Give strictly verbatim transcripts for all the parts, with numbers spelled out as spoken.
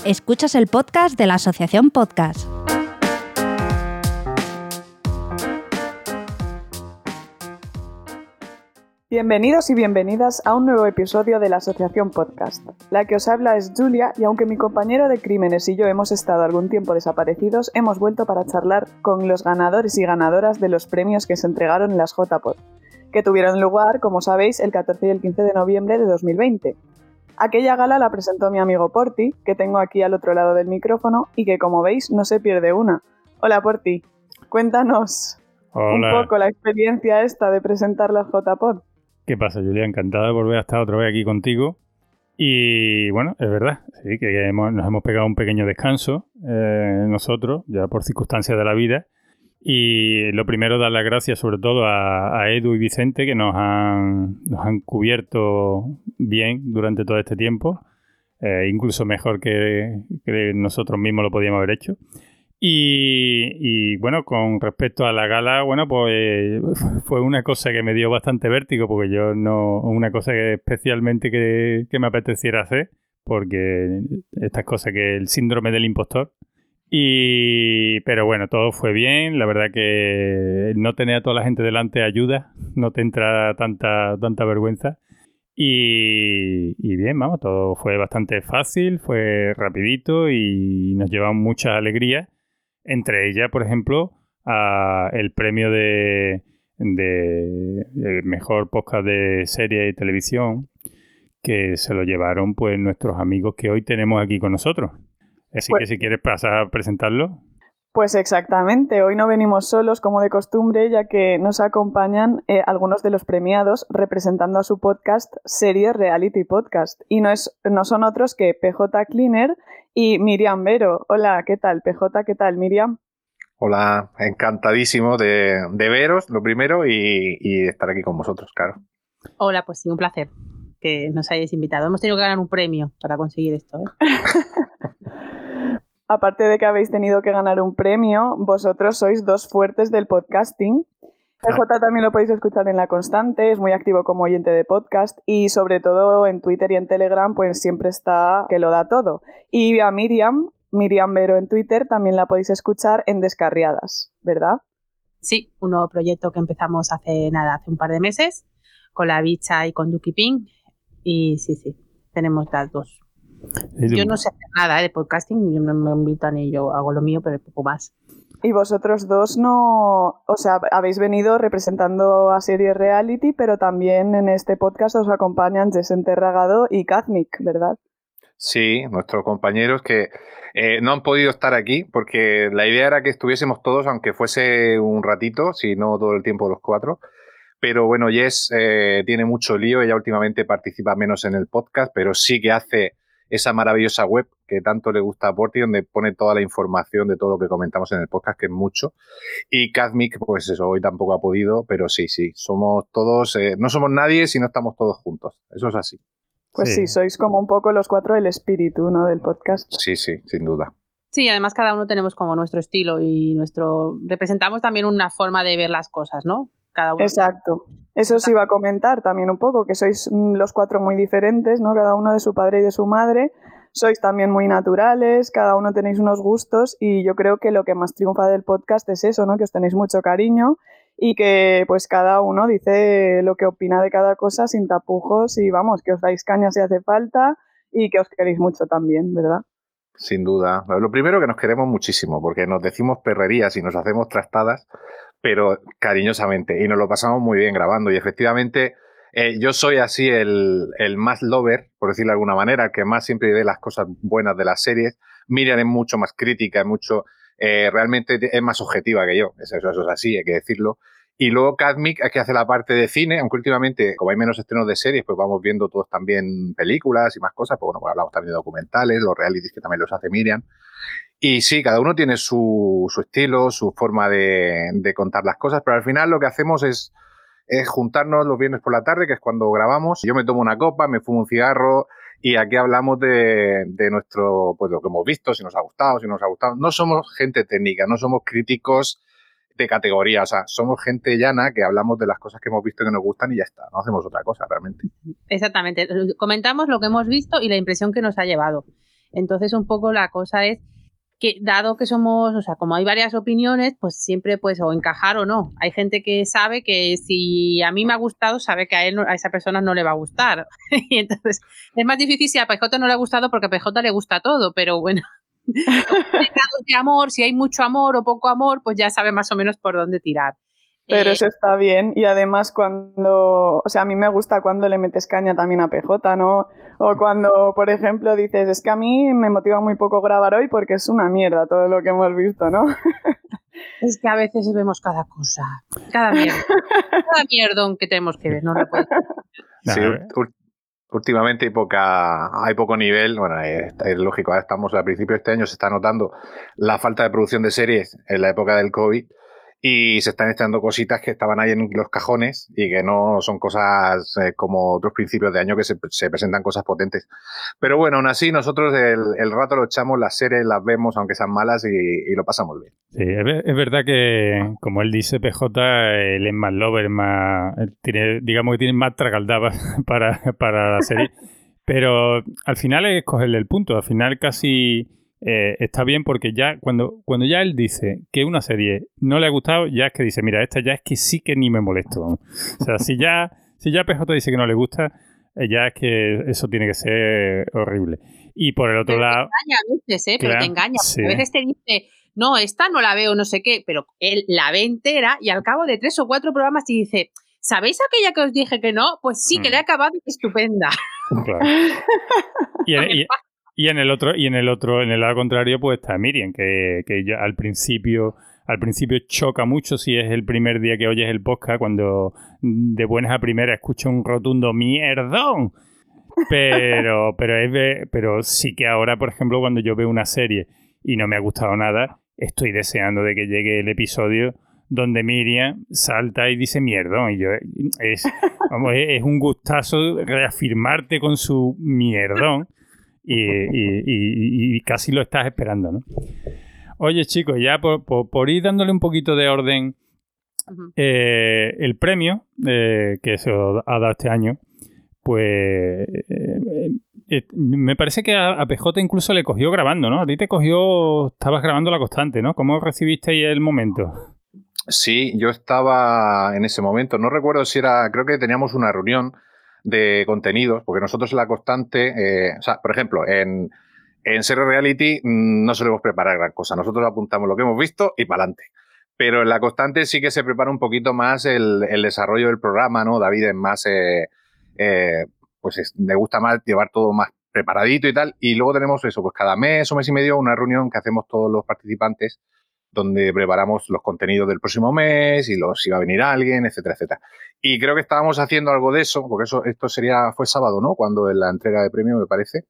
Escuchas el podcast de la Asociación Podcast. Bienvenidos y bienvenidas a un nuevo episodio de la Asociación Podcast. La que os habla es Julia y aunque mi compañero de crímenes y yo hemos estado algún tiempo desaparecidos, hemos vuelto para charlar con los ganadores y ganadoras de los premios que se entregaron en las J P O D, que tuvieron lugar, como sabéis, el catorce y el quince de noviembre de dos mil veinte. Aquella gala la presentó mi amigo Porti, que tengo aquí al otro lado del micrófono y que, como veis, no se pierde una. Hola Porti, cuéntanos Hola. un poco la experiencia esta de presentar las J P O D. ¿Qué pasa, Julia? Encantado de volver a estar otra vez aquí contigo. Y bueno, es verdad, sí, que hemos, nos hemos pegado un pequeño descanso eh, nosotros, ya por circunstancias de la vida. Y lo primero, dar las gracias sobre todo a, a Edu y Vicente, que nos han, nos han cubierto bien durante todo este tiempo, eh, incluso mejor que, que nosotros mismos lo podíamos haber hecho. Y, y bueno, con respecto a la gala, bueno, pues fue una cosa que me dio bastante vértigo, porque yo no, una cosa que especialmente que, que me apeteciera hacer, porque estas cosas que el síndrome del impostor. Y pero bueno, todo fue bien. La verdad que no tener a toda la gente delante ayuda, no te entra tanta, tanta vergüenza. Y, y bien, vamos, todo fue bastante fácil, fue rapidito y nos llevamos muchas alegrías. Entre ellas, por ejemplo, a el premio de, de el mejor podcast de serie y televisión, que se lo llevaron pues nuestros amigos que hoy tenemos aquí con nosotros. Así pues, que si quieres pasar a presentarlo. Pues exactamente, hoy no venimos solos como de costumbre, ya que nos acompañan eh, algunos de los premiados representando a su podcast Series Reality Podcast. Y no, es, no son otros que P J Cleaner y Miriam Vero. Hola, ¿qué tal? P J, ¿qué tal, Miriam? Hola, encantadísimo de, de veros, lo primero, y, y de estar aquí con vosotros, claro. Hola, pues sí, un placer que nos hayáis invitado. Hemos tenido que ganar un premio para conseguir esto, ¿eh? Aparte de que habéis tenido que ganar un premio, vosotros sois dos fuertes del podcasting. P J también lo podéis escuchar en La Constante, es muy activo como oyente de podcast y sobre todo en Twitter y en Telegram pues siempre está que lo da todo. Y a Miriam, Miriam Vero en Twitter también la podéis escuchar en Descarriadas, ¿verdad? Sí, un nuevo proyecto que empezamos hace nada, hace un par de meses con la Bicha y con Duki Ping y sí, sí, tenemos las dos. Yo no sé hacer nada ¿eh? de podcasting, no me invitan y yo hago lo mío, pero poco más. Y vosotros dos no, o sea, habéis venido representando a Series Reality, pero también en este podcast os acompañan Jessent Terragado y Kazmik, ¿verdad? Sí, nuestros compañeros que eh, no han podido estar aquí porque la idea era que estuviésemos todos, aunque fuese un ratito, si no todo el tiempo los cuatro. Pero bueno, Jess eh, tiene mucho lío, ella últimamente participa menos en el podcast, pero sí que hace esa maravillosa web que tanto le gusta a Porti, donde pone toda la información de todo lo que comentamos en el podcast, que es mucho. Y Kazmik, pues eso, hoy tampoco ha podido, pero sí, sí, somos todos, eh, no somos nadie si no estamos todos juntos. Eso es así. Pues sí. sí, sois como un poco los cuatro el espíritu, ¿no?, del podcast. Sí, sí, sin duda. Sí, además cada uno tenemos como nuestro estilo y nuestro representamos también una forma de ver las cosas, ¿no? Cada uno. Exacto. Eso os iba a comentar también un poco, que sois los cuatro muy diferentes, ¿no? Cada uno de su padre y de su madre. Sois también muy naturales, cada uno tenéis unos gustos y yo creo que lo que más triunfa del podcast es eso, ¿no? Que os tenéis mucho cariño y que pues cada uno dice lo que opina de cada cosa sin tapujos y vamos, que os dais caña si hace falta y que os queréis mucho también, ¿verdad? Sin duda. Lo primero que nos queremos muchísimo porque nos decimos perrerías y nos hacemos trastadas, pero cariñosamente, y nos lo pasamos muy bien grabando y efectivamente eh, yo soy así el, el más lover, por decirlo de alguna manera, el que más siempre ve las cosas buenas de las series. Miriam es mucho más crítica, es mucho, eh, realmente es más objetiva que yo, eso, eso es así, hay que decirlo. Y luego Kazmik es que hace la parte de cine, aunque últimamente, como hay menos estrenos de series, pues vamos viendo todos también películas y más cosas, pues bueno, pues hablamos también de documentales, los realities que también los hace Miriam. Y sí, cada uno tiene su, su estilo, su forma de, de contar las cosas, pero al final lo que hacemos es, es juntarnos los viernes por la tarde, que es cuando grabamos. Yo me tomo una copa, me fumo un cigarro y aquí hablamos de, de nuestro, pues lo que hemos visto, si nos ha gustado, si no nos ha gustado. No somos gente técnica, no somos críticos de categoría, o sea, somos gente llana que hablamos de las cosas que hemos visto que nos gustan y ya está, no hacemos otra cosa realmente. Exactamente, comentamos lo que hemos visto y la impresión que nos ha llevado. Entonces, un poco la cosa es que, dado que somos, o sea, como hay varias opiniones, pues siempre pues o encajar o no. Hay gente que sabe que si a mí me ha gustado, sabe que a él, a esa persona no le va a gustar. Y entonces es más difícil si a P J no le ha gustado porque a P J le gusta todo, pero bueno, de amor, si hay mucho amor o poco amor, pues ya sabe más o menos por dónde tirar. Pero eh, eso está bien y además cuando, o sea, a mí me gusta cuando le metes caña también a P J, ¿no? O cuando, por ejemplo, dices, es que a mí me motiva muy poco grabar hoy porque es una mierda todo lo que hemos visto, ¿no? Es que a veces vemos cada cosa, cada mierda, cada mierdón que tenemos que ver, no lo puedo. Sí, últimamente hay poca, hay poco nivel, bueno, es, es lógico, ahora estamos a principio de este año, se está notando la falta de producción de series en la época del COVID y se están estrenando cositas que estaban ahí en los cajones y que no son cosas eh, como otros principios de año que se, se presentan cosas potentes. Pero bueno, aún así nosotros el, el rato lo echamos, las series las vemos aunque sean malas y, y lo pasamos bien. Sí, es, es verdad que, como él dice, P J, él es más lover, más, tiene, digamos que tiene más tragaldabas para, para la serie, pero al final es cogerle el punto, al final casi... Eh, está bien porque ya cuando, cuando ya él dice que una serie no le ha gustado, ya es que dice, mira, esta ya es que sí que ni me molesto. O sea, si ya, si ya P J dice que no le gusta, eh, ya es que eso tiene que ser horrible. Y por el otro pero lado... Te engaña a veces, ¿eh? Claro, pero te engaña. sí. A veces te dice, no, esta no la veo, no sé qué, pero él la ve entera y al cabo de tres o cuatro programas te dice, ¿sabéis aquella que os dije que no? Pues sí, mm. que le he acabado estupenda. Claro. Y, y, Y en el otro, y en el otro, en el lado contrario, pues está Miriam, que, que ya al principio, al principio choca mucho si es el primer día que oyes el podcast, cuando de buenas a primeras escucha un rotundo mierdón. Pero, pero es pero sí que ahora, por ejemplo, cuando yo veo una serie y no me ha gustado nada, estoy deseando de que llegue el episodio donde Miriam salta y dice mierdón. Y yo es, vamos, es un gustazo reafirmarte con su mierdón. Y, y, y, y casi lo estás esperando, ¿no? Oye, chicos, ya por, por, por ir dándole un poquito de orden, uh-huh. eh, el premio eh, que se ha dado este año, pues eh, eh, me parece que a, a P J incluso le cogió grabando, ¿no? A ti te cogió, estabas grabando La Constante, ¿no? ¿Cómo recibisteis el momento? Sí, yo estaba en ese momento, no recuerdo si era, creo que teníamos una reunión de contenidos, porque nosotros en La Constante, eh, o sea, por ejemplo, en, en Zero Reality mmm, no solemos preparar gran cosa, nosotros apuntamos lo que hemos visto y para adelante, pero en La Constante sí que se prepara un poquito más el, el desarrollo del programa, ¿no? David es más, eh, eh, pues es, le gusta más llevar todo más preparadito y tal, y luego tenemos eso, pues cada mes o mes y medio una reunión que hacemos todos los participantes donde preparamos los contenidos del próximo mes y los si va a venir alguien, etcétera, etcétera. Y creo que estábamos haciendo algo de eso, porque eso esto sería fue sábado, ¿no? Cuando en la entrega de premio, me parece.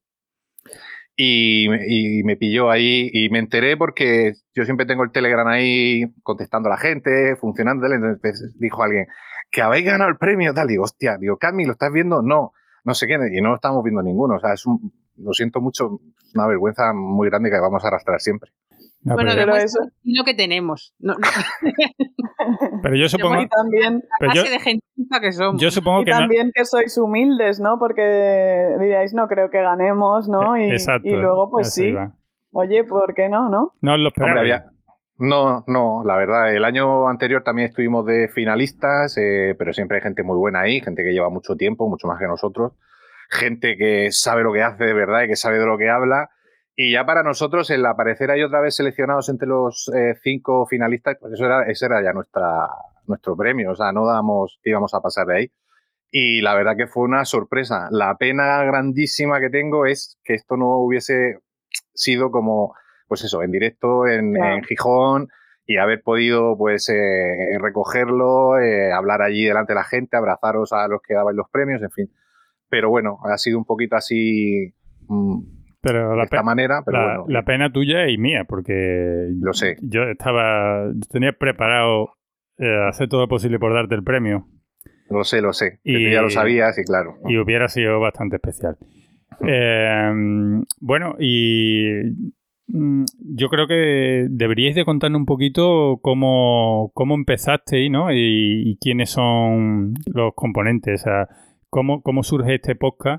Y, y me pilló ahí y me enteré porque yo siempre tengo el Telegram ahí contestando a la gente, funcionando. Entonces dijo alguien, que habéis ganado el premio, tal. Digo, hostia, digo, Carmi, ¿lo estás viendo? No, no sé qué. Y no lo estamos viendo ninguno. O sea, es un, lo siento mucho, es una vergüenza muy grande que vamos a arrastrar siempre. No, bueno, pero eso es lo que tenemos. No, no. Pero yo supongo y también la clase yo, de gente que somos. Yo supongo y que también no, que sois humildes, ¿no? Porque diríais, no creo que ganemos, ¿no? Y, exacto, y luego, pues sí. Va. Oye, ¿por qué no, no? No lo esperaba. Hombre, había... No, no, la verdad, el año anterior también estuvimos de finalistas, eh, pero siempre hay gente muy buena ahí, gente que lleva mucho tiempo, mucho más que nosotros, gente que sabe lo que hace de verdad y que sabe de lo que habla. Y ya para nosotros, el aparecer ahí otra vez seleccionados entre los eh, cinco finalistas, pues eso era, ese era ya nuestra, nuestro premio. O sea, no dábamos que íbamos a pasar de ahí. Y la verdad que fue una sorpresa. La pena grandísima que tengo es que esto no hubiese sido como, pues eso, en directo en, claro. en Gijón y haber podido pues eh, recogerlo, eh, hablar allí delante de la gente, abrazaros a los que daban los premios, en fin. Pero bueno, ha sido un poquito así... Mmm, Pero de la esta manera, pero la, bueno. La pena tuya y mía, porque lo sé. Yo estaba, tenía preparado eh, hacer todo lo posible por darte el premio. Lo sé, lo sé. Y, ya lo sabías y claro. Y hubiera sido bastante especial. eh, bueno, y yo creo que deberíais de contarnos un poquito cómo, cómo empezasteis, ¿no? Y, y quiénes son los componentes, o sea, cómo, cómo surge este podcast.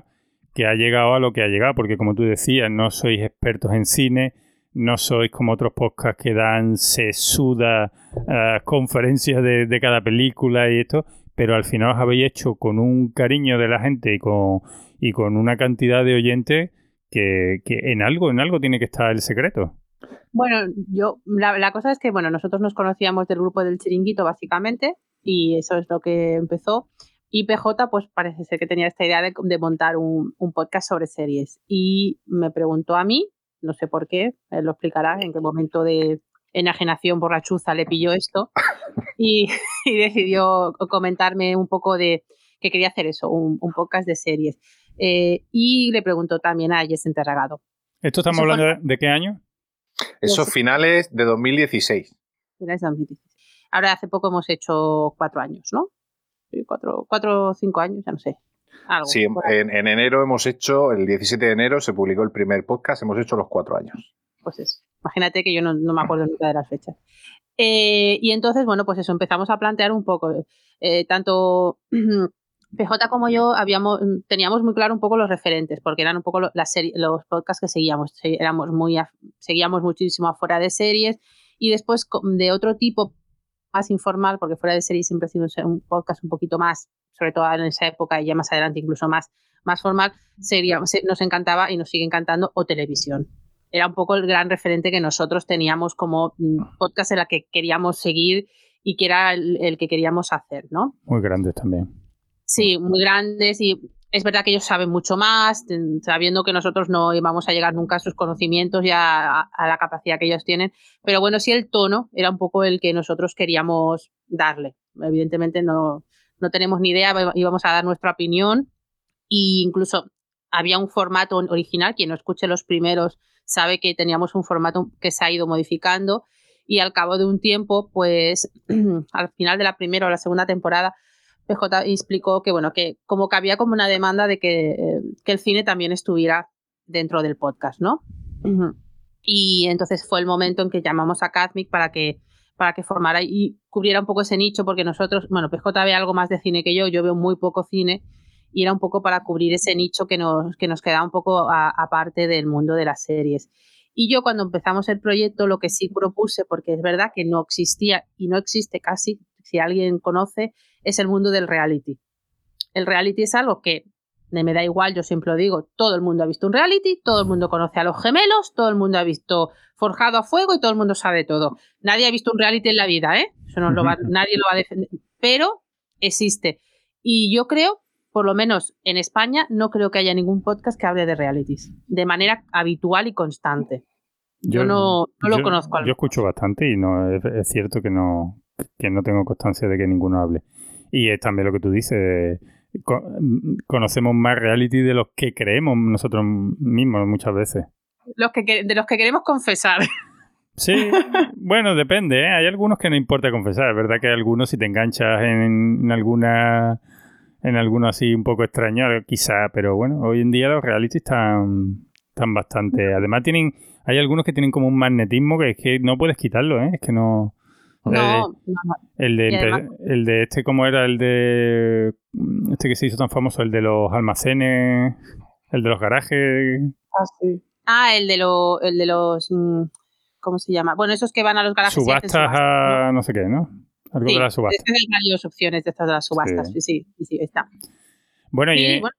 que ha llegado a lo que ha llegado, porque como tú decías, no sois expertos en cine, no sois como otros podcasts que dan sesudas uh, conferencias de, de cada película y esto, pero al final os habéis hecho con un cariño de la gente y con, y con una cantidad de oyentes que, que en algo, en algo tiene que estar el secreto. Bueno, yo la, la cosa es que, bueno, nosotros nos conocíamos del grupo del Chiringuito, básicamente, y eso es lo que empezó. Y P J, pues parece ser que tenía esta idea de, de montar un, un podcast sobre series. Y me preguntó a mí, no sé por qué, él lo explicará, en qué momento de enajenación por la chuza le pilló esto, y, y decidió comentarme un poco de que quería hacer eso, un, un podcast de series. Eh, y le preguntó también a Jess Enterragado. ¿Esto estamos eso hablando fue, de, de qué año? Esos finales de dos mil dieciséis. Finales de dos mil dieciséis. Ahora hace poco hemos hecho cuatro años, ¿no? Cuatro, cuatro o cinco años, ya no sé. Algo, sí, en, en enero hemos hecho, el diecisiete de enero se publicó el primer podcast, hemos hecho los cuatro años. Pues eso. Imagínate que yo no, no me acuerdo nunca de las fechas. Eh, y entonces, bueno, pues eso, empezamos a plantear un poco, eh, tanto P J como yo habíamos, teníamos muy claro un poco los referentes, porque eran un poco las series, los podcasts que seguíamos, éramos muy, seguíamos muchísimo afuera de series, y después de otro tipo más informal, porque fuera de series siempre ha sido un podcast un poquito más, sobre todo en esa época y ya más adelante incluso más, más formal, sería, nos encantaba y nos sigue encantando O Televisión. Era un poco el gran referente que nosotros teníamos como podcast en la que queríamos seguir y que era el, el que queríamos hacer, ¿no? Muy grandes también. Sí, muy grandes, y es verdad que ellos saben mucho más, sabiendo que nosotros no íbamos a llegar nunca a sus conocimientos y a, a la capacidad que ellos tienen, pero bueno, sí el tono era un poco el que nosotros queríamos darle. Evidentemente no, no tenemos ni idea, íbamos a dar nuestra opinión, e incluso había un formato original, quien no escuche los primeros sabe que teníamos un formato que se ha ido modificando, y al cabo de un tiempo, pues al final de la primera o la segunda temporada, P J explicó que, bueno, que como que había como una demanda de que, eh, que el cine también estuviera dentro del podcast, ¿no? Uh-huh. Y entonces fue el momento en que llamamos a Kazmik para que, para que formara y cubriera un poco ese nicho, porque nosotros, bueno, P J ve algo más de cine que yo, yo veo muy poco cine, y era un poco para cubrir ese nicho que nos, que nos quedaba un poco aparte del mundo de las series. Y yo cuando empezamos el proyecto lo que sí propuse, porque es verdad que no existía y no existe casi, si alguien conoce, es el mundo del reality. El reality es algo que me da igual, yo siempre lo digo, todo el mundo ha visto un reality, todo el mundo conoce a los gemelos, todo el mundo ha visto Forjado a Fuego y todo el mundo sabe todo. Nadie ha visto un reality en la vida, ¿eh? Eso no lo va, nadie lo va a defender, pero existe. Y yo creo, por lo menos en España, no creo que haya ningún podcast que hable de realities de manera habitual y constante. Yo, yo no, no lo yo, conozco. Yo escucho bastante y no es, es cierto que no, que no tengo constancia de que ninguno hable. Y es también lo que tú dices, co- conocemos más reality de los que creemos nosotros mismos muchas veces. Los que, de los que queremos confesar. Sí, bueno, depende, ¿eh? Hay algunos que no importa confesar. Es verdad que hay algunos, si te enganchas en, en alguna... en alguno así un poco extraño, quizá, pero bueno, hoy en día los reality están, están bastante... Además tienen, hay algunos que tienen como un magnetismo que es que no puedes quitarlo, ¿eh? Es que no... No, eh, no. El de, además, el de este, ¿cómo era? El de... Este que se hizo tan famoso, el de los almacenes, el de los garajes... Ah, sí. Ah, el de, lo, el de los... ¿Cómo se llama? Bueno, esos que van a los garajes... Subastas, y hacen subastas, ¿no? a no sé qué, ¿no? Algo sí, de las subastas. Es que hay varias opciones de estas de las subastas. Sí, sí, sí, sí está. Bueno, sí, y, bueno,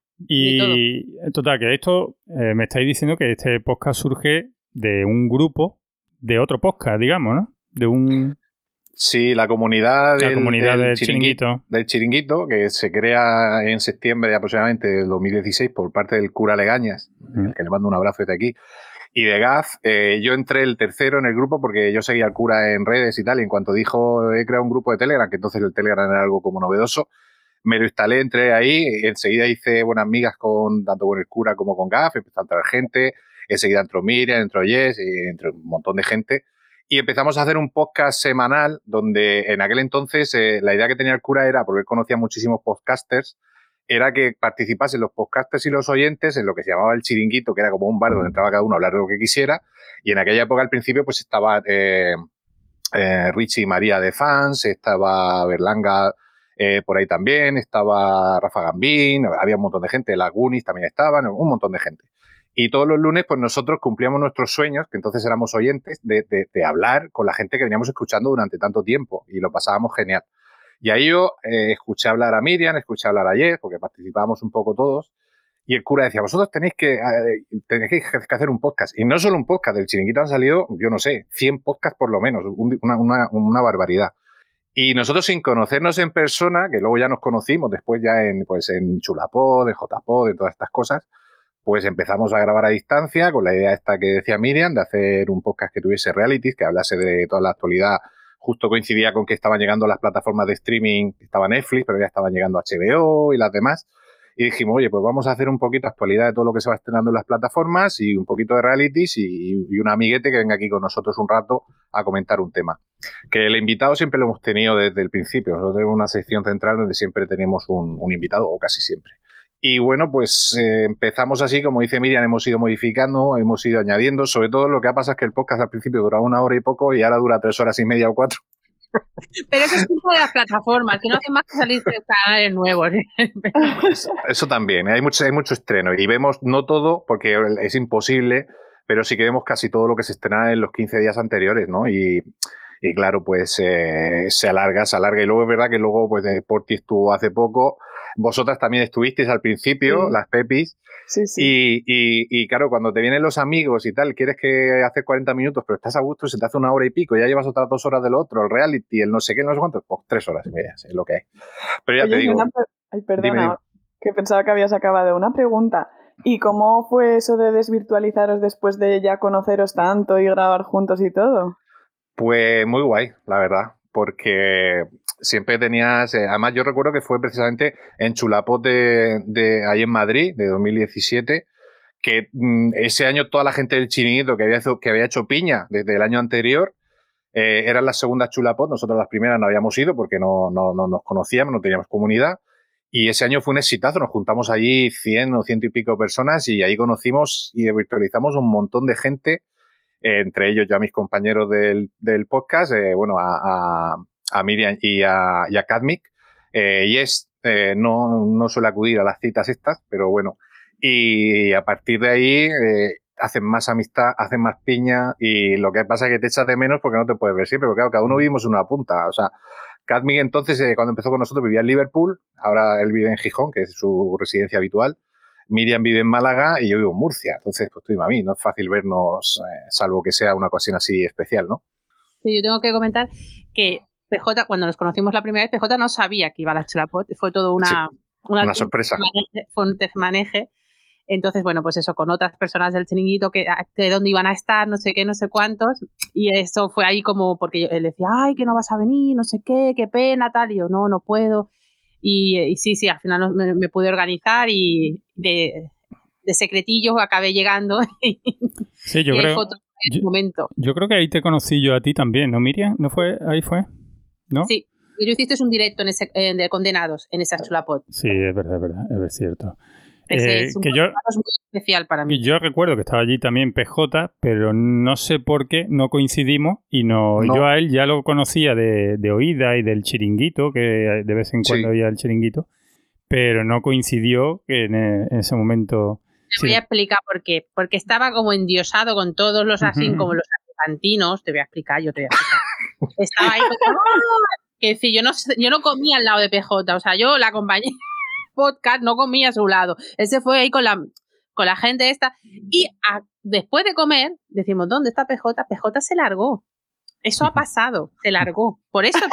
y total, que esto eh, me estáis diciendo que este podcast surge de un grupo, de otro podcast, digamos, ¿no? De un... Sí, la comunidad, la del, comunidad del, del chiringuito, chiringuito. del chiringuito, que se crea en septiembre de aproximadamente del dos mil dieciséis por parte del cura Legañas, mm. que le mando un abrazo desde aquí, y de Gaz. Eh, yo entré el tercero en el grupo porque yo seguía al cura en redes y tal, y en cuanto dijo, he creado un grupo de Telegram, que entonces el Telegram era algo como novedoso, me lo instalé, entré ahí, enseguida hice buenas migas con tanto con el cura como con Gaz, empezó a entrar gente, enseguida entró Miriam, entró Jess, y entró un montón de gente. Y empezamos a hacer un podcast semanal donde en aquel entonces eh, la idea que tenía el cura era, porque él conocía muchísimos podcasters, era que participasen los podcasters y los oyentes en lo que se llamaba el chiringuito, que era como un bar donde entraba cada uno a hablar de lo que quisiera. Y en aquella época, al principio, pues estaba eh, eh, Richie y María de Fans, estaba Berlanga eh, por ahí también, estaba Rafa Gambín, había un montón de gente, las Goonies también estaban, un montón de gente. Y todos los lunes, pues nosotros cumplíamos nuestros sueños, que entonces éramos oyentes, de, de, de hablar con la gente que veníamos escuchando durante tanto tiempo y lo pasábamos genial. Y ahí yo eh, escuché hablar a Miriam, escuché hablar a Jess, porque participábamos un poco todos, y el cura decía, vosotros tenéis que, eh, tenéis que hacer un podcast. Y no solo un podcast, del Chiringuito han salido, yo no sé, cien podcasts por lo menos, una, una, una barbaridad. Y nosotros sin conocernos en persona, que luego ya nos conocimos después ya en, pues, en Chulapod, en Jpod, en todas estas cosas, pues empezamos a grabar a distancia con la idea esta que decía Miriam, de hacer un podcast que tuviese realities, que hablase de toda la actualidad. Justo coincidía con que estaban llegando las plataformas de streaming, estaba Netflix, pero ya estaban llegando H B O y las demás. Y dijimos, oye, pues vamos a hacer un poquito de actualidad de todo lo que se va estrenando en las plataformas y un poquito de realities y, y un amiguete que venga aquí con nosotros un rato a comentar un tema. Que el invitado siempre lo hemos tenido desde el principio. Nosotros tenemos una sección central donde siempre tenemos un, un invitado, o casi siempre. Y bueno, pues eh, empezamos así, como dice Miriam, hemos ido modificando, hemos ido añadiendo. Sobre todo lo que ha pasado es que el podcast al principio duraba una hora y poco y ahora dura tres horas y media o cuatro. Pero eso es culpa de las plataformas, que no hacen más que salir de canales nuevos. Eso, eso también, hay mucho, hay mucho estreno y vemos no todo porque es imposible, pero sí que vemos casi todo lo que se estrena en los quince días anteriores, ¿no? Y, y claro, pues eh, se alarga, se alarga. Y luego es verdad que luego pues Porti estuvo hace poco, vosotras también estuvisteis al principio, sí. Las Pepis. Sí, sí. Y, y, y claro, cuando te vienen los amigos y tal, quieres que haces cuarenta minutos, pero estás a gusto y se te hace una hora y pico, ya llevas otras dos horas de lo otro, el reality, el no sé qué, no sé cuánto, pues tres horas y media, es lo que hay. Pero ya Oye, te digo. Una, ay, perdona, dime, dime. Que pensaba que habías acabado. Una pregunta. ¿Y cómo fue eso de desvirtualizaros después de ya conoceros tanto y grabar juntos y todo? Pues muy guay, la verdad, porque siempre tenías, eh, además yo recuerdo que fue precisamente en Chulapod de, de ahí en Madrid, de dos mil diecisiete, que mm, ese año toda la gente del Chiringuito que había, que había hecho piña desde el año anterior, eh, eran las segundas Chulapod, nosotros las primeras no habíamos ido porque no, no, no nos conocíamos, no teníamos comunidad, y ese año fue un exitazo, nos juntamos allí cien o ciento y pico personas y ahí conocimos y virtualizamos un montón de gente, eh, entre ellos yo a mis compañeros del, del podcast, eh, bueno, a, a, a Miriam y a, y a Cadmic, eh, y es, eh, no, no suele acudir a las citas estas, pero bueno, y a partir de ahí eh, hacen más amistad, hacen más piña y lo que pasa es que te echas de menos porque no te puedes ver siempre, porque claro, cada uno vivimos en una punta, o sea, Cadmic entonces eh, cuando empezó con nosotros vivía en Liverpool, ahora él vive en Gijón, que es su residencia habitual, Miriam vive en Málaga y yo vivo en Murcia, entonces pues tú dime a mí, no es fácil vernos, eh, salvo que sea una ocasión así especial, ¿no? Sí, yo tengo que comentar que P J, cuando nos conocimos la primera vez, P J no sabía que iba a la Chulapod, fue todo una, sí, una, una sorpresa. Maneje, fue un tejmaneje. Entonces, bueno, pues eso, con otras personas del Chiringuito, que de dónde iban a estar, no sé qué, no sé cuántos, y eso fue ahí como, porque él decía, ay, que no vas a venir, no sé qué, qué pena, tal, y yo, no, no puedo, y, y sí, sí, al final me, me pude organizar y de, de secretillo acabé llegando. Sí, yo creo, yo, momento. yo creo que ahí te conocí yo a ti también, ¿no, Miriam? ¿No fue? Ahí fue, ¿no? Sí, y tú hiciste un directo en ese, en de Condenados, en esa Chulapod. Sí, es verdad, es verdad, es cierto. Ese Eh, es un que yo, muy especial para mí. Yo recuerdo que estaba allí también P J, pero no sé por qué no coincidimos y no, no. yo a él ya lo conocía de, de oída y del Chiringuito, que de vez en cuando sí. Oía el Chiringuito, pero no coincidió que en, en ese momento... Te voy sí. a explicar por qué. Porque estaba como endiosado con todos los así, uh-huh. como los alicantinos. Te voy a explicar, yo te voy a explicar. Estaba ahí como... que decir, yo no, yo no comía al lado de P J, o sea, yo la acompañé... podcast, no comía a su lado. Él se fue ahí con la, con la gente esta y a, después de comer decimos, ¿dónde está P J? P J se largó. Eso ha pasado, se largó. Por eso...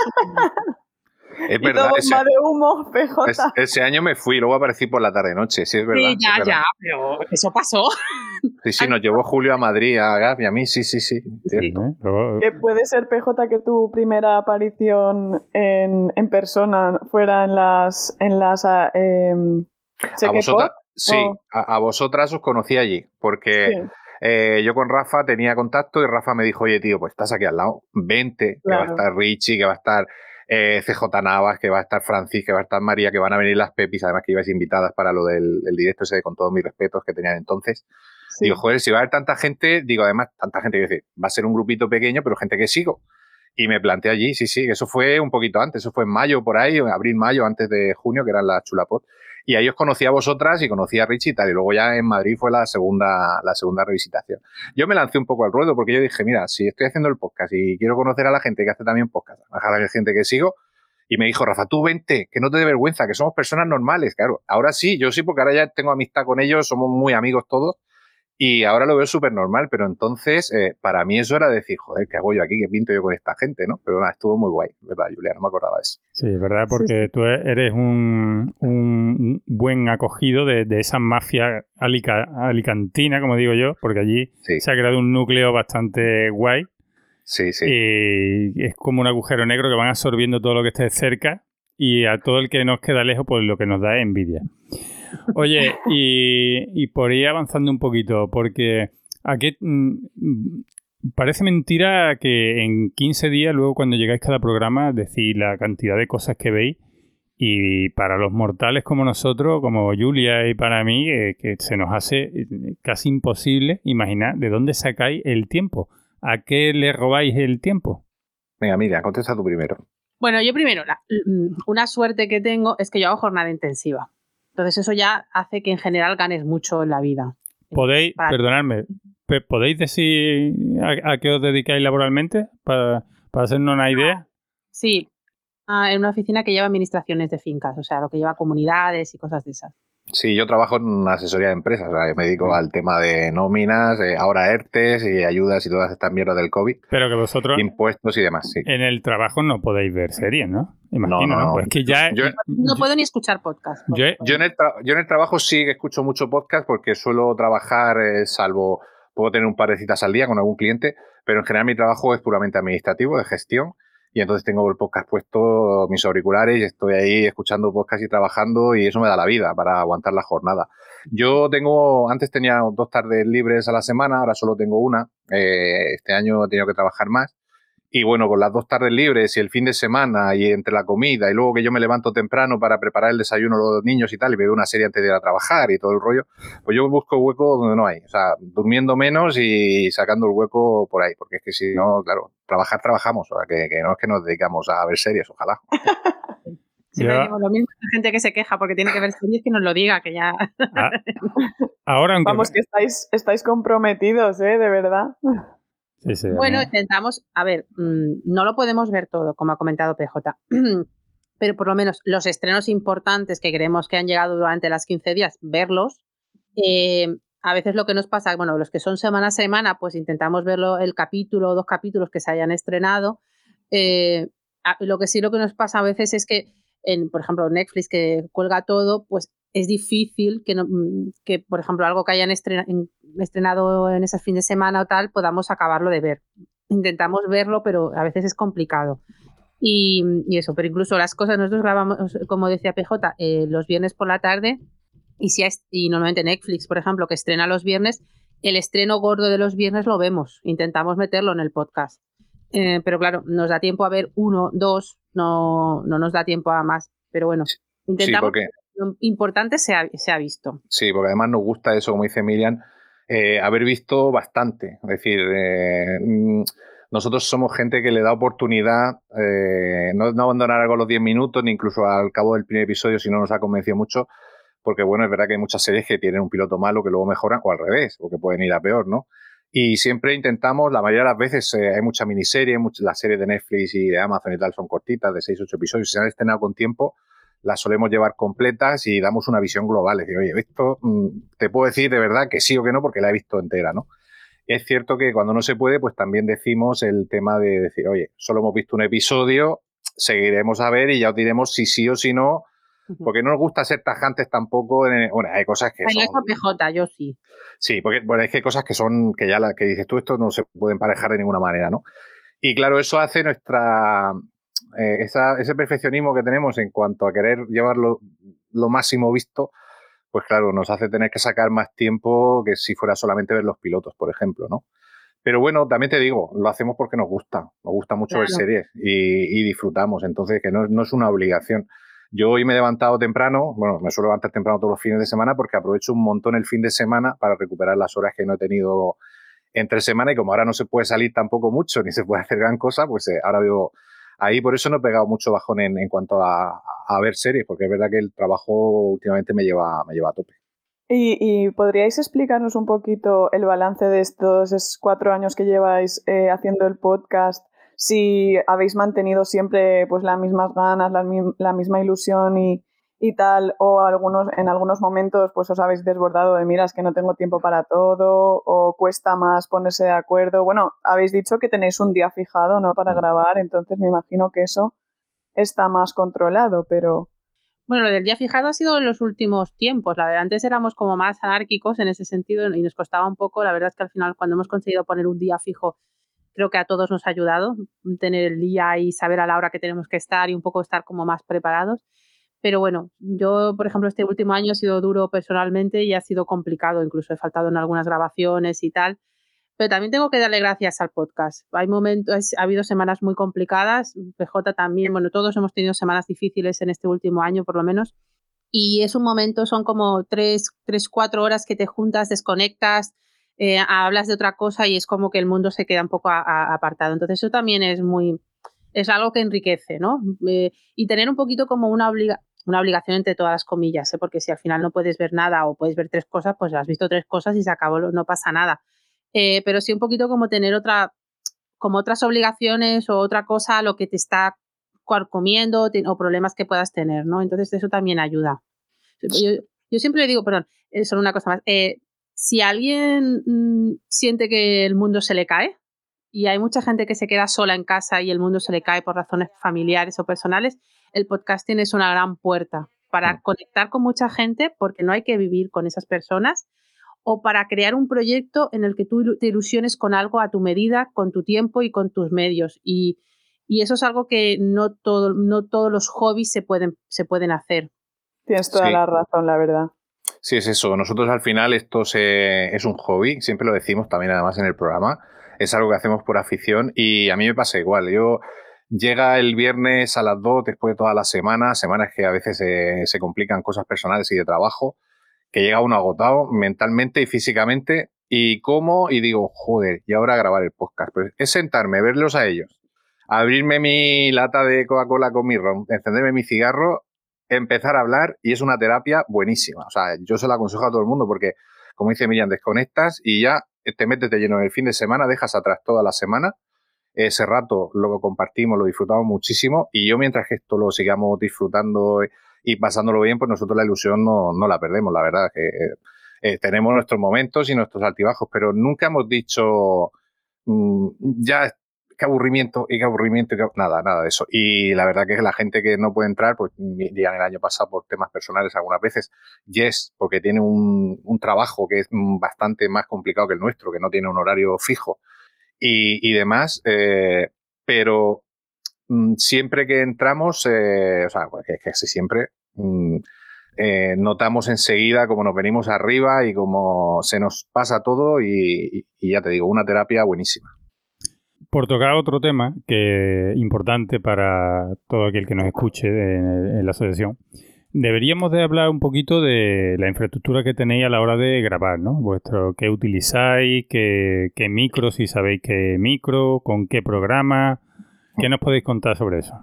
Es verdad, ese, de humo, P J. Ese, ese año me fui, luego aparecí por la tarde-noche, sí, es verdad. Sí, ya, es verdad. ya, pero eso pasó. Sí, sí, nos llevó Julio a Madrid, a Gaby, a mí, sí, sí, sí. sí ¿no? Que puede ser, P J, que tu primera aparición en, en persona fuera en las... En las eh, a vosotras, sí, a, a vosotras os conocí allí, porque... Sí. Eh, yo con Rafa tenía contacto y Rafa me dijo, oye, tío, pues estás aquí al lado, vente, claro. Que va a estar Richie, que va a estar... Eh, C J Navas, que va a estar Francis, que va a estar María, que van a venir las Pepis, además que ibais invitadas para lo del el directo ese, con todos mis respetos que tenían entonces. Sí. Digo, joder, si va a haber tanta gente, digo, además, tanta gente, que decir, va a ser un grupito pequeño, pero gente que sigo. Y me planté allí, sí, sí, eso fue un poquito antes, eso fue en mayo por ahí, abril, mayo, antes de junio, que eran las Chulapod. Y ahí os conocí a vosotras y conocí a Richie y tal. Y luego ya en Madrid fue la segunda, la segunda revisitación. Yo me lancé un poco al ruedo porque yo dije, mira, si estoy haciendo el podcast y quiero conocer a la gente que hace también podcast, a la gente que sigo, y me dijo, Rafa, tú vente, que no te dé vergüenza, que somos personas normales. Claro, ahora sí, yo sí, porque ahora ya tengo amistad con ellos, somos muy amigos todos. Y ahora lo veo súper normal, pero entonces eh, para mí eso era decir, joder, ¿qué hago yo aquí? ¿Qué pinto yo con esta gente? ¿No? Pero nada, estuvo muy guay, ¿verdad, Julia? No me acordaba de eso. Sí, verdad, porque sí, sí. tú eres un, un buen acogido de, de esa mafia alica, alicantina, como digo yo, porque allí sí. se ha creado un núcleo bastante guay. Sí, sí. Y es como un agujero negro que van absorbiendo todo lo que esté cerca y a todo el que nos queda lejos, pues lo que nos da es envidia. Oye, y, y por ir avanzando un poquito, porque aquí mmm, parece mentira que en quince días, luego cuando llegáis cada programa, decís la cantidad de cosas que veis, y para los mortales como nosotros, como Julia y para mí, eh, que se nos hace casi imposible imaginar de dónde sacáis el tiempo. ¿A qué le robáis el tiempo? Venga, mira, contesta tú primero. Bueno, yo primero, la, una suerte que tengo es que yo hago jornada intensiva. Entonces eso ya hace que en general ganes mucho en la vida. ¿Podéis, para... perdonadme, ¿podéis decir a, a qué os dedicáis laboralmente para, para hacernos una idea? Sí, ah, en una oficina que lleva administraciones de fincas, o sea, lo que lleva comunidades y cosas de esas. Sí, yo trabajo en una asesoría de empresas, o sea, me dedico al tema de nóminas, eh, ahora ERTES y ayudas y todas estas mierdas del COVID. Pero que vosotros... Impuestos y demás, sí. En el trabajo no podéis ver series, ¿no? Imagino, no, no, ¿no? Pues es que ya... Yo, no puedo ni escuchar podcast. Yo, yo, en el tra- yo en el trabajo sí que escucho mucho podcast porque suelo trabajar, eh, salvo... Puedo tener un par de citas al día con algún cliente, pero en general mi trabajo es puramente administrativo, de gestión. Y entonces tengo el podcast puesto, mis auriculares, y estoy ahí escuchando podcast y trabajando, y eso me da la vida para aguantar la jornada. Yo tengo, antes tenía dos tardes libres a la semana, ahora solo tengo una. Eh, este año he tenido que trabajar más. Y bueno, con las dos tardes libres y el fin de semana y entre la comida y luego que yo me levanto temprano para preparar el desayuno a los niños y tal y veo una serie antes de ir a trabajar y todo el rollo, pues yo busco hueco donde no hay. O sea, durmiendo menos y sacando el hueco por ahí, porque es que si no, claro, trabajar trabajamos, o sea, que, que no es que nos dedicamos a ver series, ojalá. Siempre yeah. digo lo mismo, la gente que se queja porque tiene que ver series, que nos lo diga, que ya... Ah, ahora aunque... Vamos, que estáis, estáis comprometidos, ¿eh? De verdad. Sí, sí, bueno, intentamos, a ver, mmm, no lo podemos ver todo, como ha comentado P J, pero por lo menos los estrenos importantes que creemos que han llegado durante las quince días, verlos. Eh, a veces lo que nos pasa, bueno, los que son semana a semana, pues intentamos verlo el capítulo o dos capítulos que se hayan estrenado. Eh, a, lo que sí lo que nos pasa a veces es que, en, por ejemplo, Netflix, que cuelga todo, pues es difícil que, no, que por ejemplo, algo que hayan estrena, en, estrenado en ese fin de semana o tal, podamos acabarlo de ver. Intentamos verlo, pero a veces es complicado. Y, y eso, pero incluso las cosas, nosotros grabamos, como decía P J, eh, los viernes por la tarde, y, si es, y normalmente Netflix, por ejemplo, que estrena los viernes, el estreno gordo de los viernes lo vemos, intentamos meterlo en el podcast. Eh, pero claro, nos da tiempo a ver uno, dos, no, no nos da tiempo a más, pero bueno, intentamos... Sí, porque... Lo importante se ha, se ha visto. Sí, porque además nos gusta eso, como dice Miriam, eh, haber visto bastante. Es decir, eh, nosotros somos gente que le da oportunidad, eh, no, no abandonar algo a los diez minutos, ni incluso al cabo del primer episodio si no nos ha convencido mucho, porque bueno, es verdad que hay muchas series que tienen un piloto malo que luego mejoran, o al revés, o que pueden ir a peor, ¿no? Y siempre intentamos, la mayoría de las veces eh, hay mucha miniserie, muchas, las series de Netflix y de Amazon y tal son cortitas, de seis a ocho episodios, si se han estrenado con tiempo, las solemos llevar completas y damos una visión global. Es decir, oye, esto mmm, te puedo decir de verdad que sí o que no porque la he visto entera, ¿no? Es cierto que cuando no se puede, pues también decimos el tema de decir, oye, solo hemos visto un episodio, seguiremos a ver y ya os diremos si sí o si no, porque no nos gusta ser tajantes tampoco. En, bueno, hay cosas que Ay, son... no es P J, yo sí. Sí, porque bueno, es que hay cosas que son, que ya la que dices tú, esto no se puede emparejar de ninguna manera, ¿no? Y claro, eso hace nuestra... Eh, esa, ese perfeccionismo que tenemos en cuanto a querer llevarlo lo máximo visto, pues claro, nos hace tener que sacar más tiempo que si fuera solamente ver los pilotos, por ejemplo, ¿no? Pero bueno, también te digo, lo hacemos porque nos gusta, nos gusta mucho claro. ver series y, y disfrutamos, entonces que no, no es una obligación. Yo hoy me he levantado temprano, bueno, me suelo levantar temprano todos los fines de semana porque aprovecho un montón el fin de semana para recuperar las horas que no he tenido entre semana y como ahora no se puede salir tampoco mucho ni se puede hacer gran cosa, pues eh, ahora vivo ahí. Por eso no he pegado mucho bajón en, en cuanto a, a ver series, porque es verdad que el trabajo últimamente me lleva, me lleva a tope. ¿Y, y podríais explicarnos un poquito el balance de estos esos cuatro años que lleváis eh, haciendo el podcast? Si habéis mantenido siempre pues las mismas ganas, la, la misma ilusión y, y tal, o algunos, en algunos momentos pues os habéis desbordado de mira, es que no tengo tiempo para todo, o cuesta más ponerse de acuerdo. Bueno, habéis dicho que tenéis un día fijado, ¿no?, para grabar, entonces me imagino que eso está más controlado, pero... Bueno, lo del día fijado ha sido en los últimos tiempos. La de antes éramos como más anárquicos en ese sentido y nos costaba un poco. La verdad es que al final, cuando hemos conseguido poner un día fijo, creo que a todos nos ha ayudado tener el día y saber a la hora que tenemos que estar y un poco estar como más preparados. Pero bueno, yo, por ejemplo, este último año ha sido duro personalmente y ha sido complicado. Incluso he faltado en algunas grabaciones y tal. Pero también tengo que darle gracias al podcast. Hay momentos, ha habido semanas muy complicadas, P J también, bueno, todos hemos tenido semanas difíciles en este último año por lo menos, y es un momento, son como tres, tres cuatro horas que te juntas, desconectas, eh, hablas de otra cosa y es como que el mundo se queda un poco a, a, apartado. Entonces eso también es muy, es algo que enriquece, ¿no? Eh, y tener un poquito como una obligación, una obligación entre todas las comillas, ¿eh? Porque si al final no puedes ver nada o puedes ver tres cosas, pues has visto tres cosas y se acabó, no pasa nada. Eh, pero sí un poquito como tener otra, como otras obligaciones o otra cosa a lo que te está comiendo o problemas que puedas tener, ¿no? Entonces eso también ayuda. Yo, yo siempre le digo, perdón, eh, solo una cosa más. Eh, si alguien mmm, siente que el mundo se le cae, y hay mucha gente que se queda sola en casa y el mundo se le cae por razones familiares o personales, el podcasting es una gran puerta para conectar con mucha gente, porque no hay que vivir con esas personas, o para crear un proyecto en el que tú te ilusiones con algo a tu medida, con tu tiempo y con tus medios. Y, y eso es algo que no, todo, no todos los hobbies se pueden, se pueden hacer. Tienes toda sí. la razón, la verdad. Sí, es eso. Nosotros al final esto se, es un hobby, siempre lo decimos también además en el programa. Es algo que hacemos por afición y a mí me pasa igual. Yo llega el viernes a las dos después de toda la semana, semanas que a veces se, se complican cosas personales y de trabajo, que llega uno agotado mentalmente y físicamente, y como y digo, joder, y ahora grabar el podcast. Pero es sentarme, verlos a ellos, abrirme mi lata de Coca-Cola con mi ron, encenderme mi cigarro, empezar a hablar, y es una terapia buenísima. O sea, yo se la aconsejo a todo el mundo porque, como dice Miriam, desconectas y ya te metes de lleno en el fin de semana, dejas atrás toda la semana. Ese rato lo compartimos, lo disfrutamos muchísimo, y yo mientras que esto lo sigamos disfrutando y pasándolo bien, pues nosotros la ilusión no, no la perdemos, la verdad, que eh, tenemos nuestros momentos y nuestros altibajos, pero nunca hemos dicho mmm, ya qué aburrimiento y qué aburrimiento y qué... nada, nada de eso. Y la verdad que la gente que no puede entrar, pues dirían el año pasado por temas personales algunas veces, yes, porque tiene un, un trabajo que es bastante más complicado que el nuestro, que no tiene un horario fijo y, y demás, eh, pero siempre que entramos, eh, o sea, que, que siempre mm, eh, notamos enseguida cómo nos venimos arriba y cómo se nos pasa todo y, y ya te digo, una terapia buenísima. Por tocar otro tema que es importante para todo aquel que nos escuche en, en la asociación, deberíamos de hablar un poquito de la infraestructura que tenéis a la hora de grabar, ¿no? Vuestro, qué utilizáis, qué, qué micro, si sabéis qué micro, con qué programa. ¿Qué nos podéis contar sobre eso?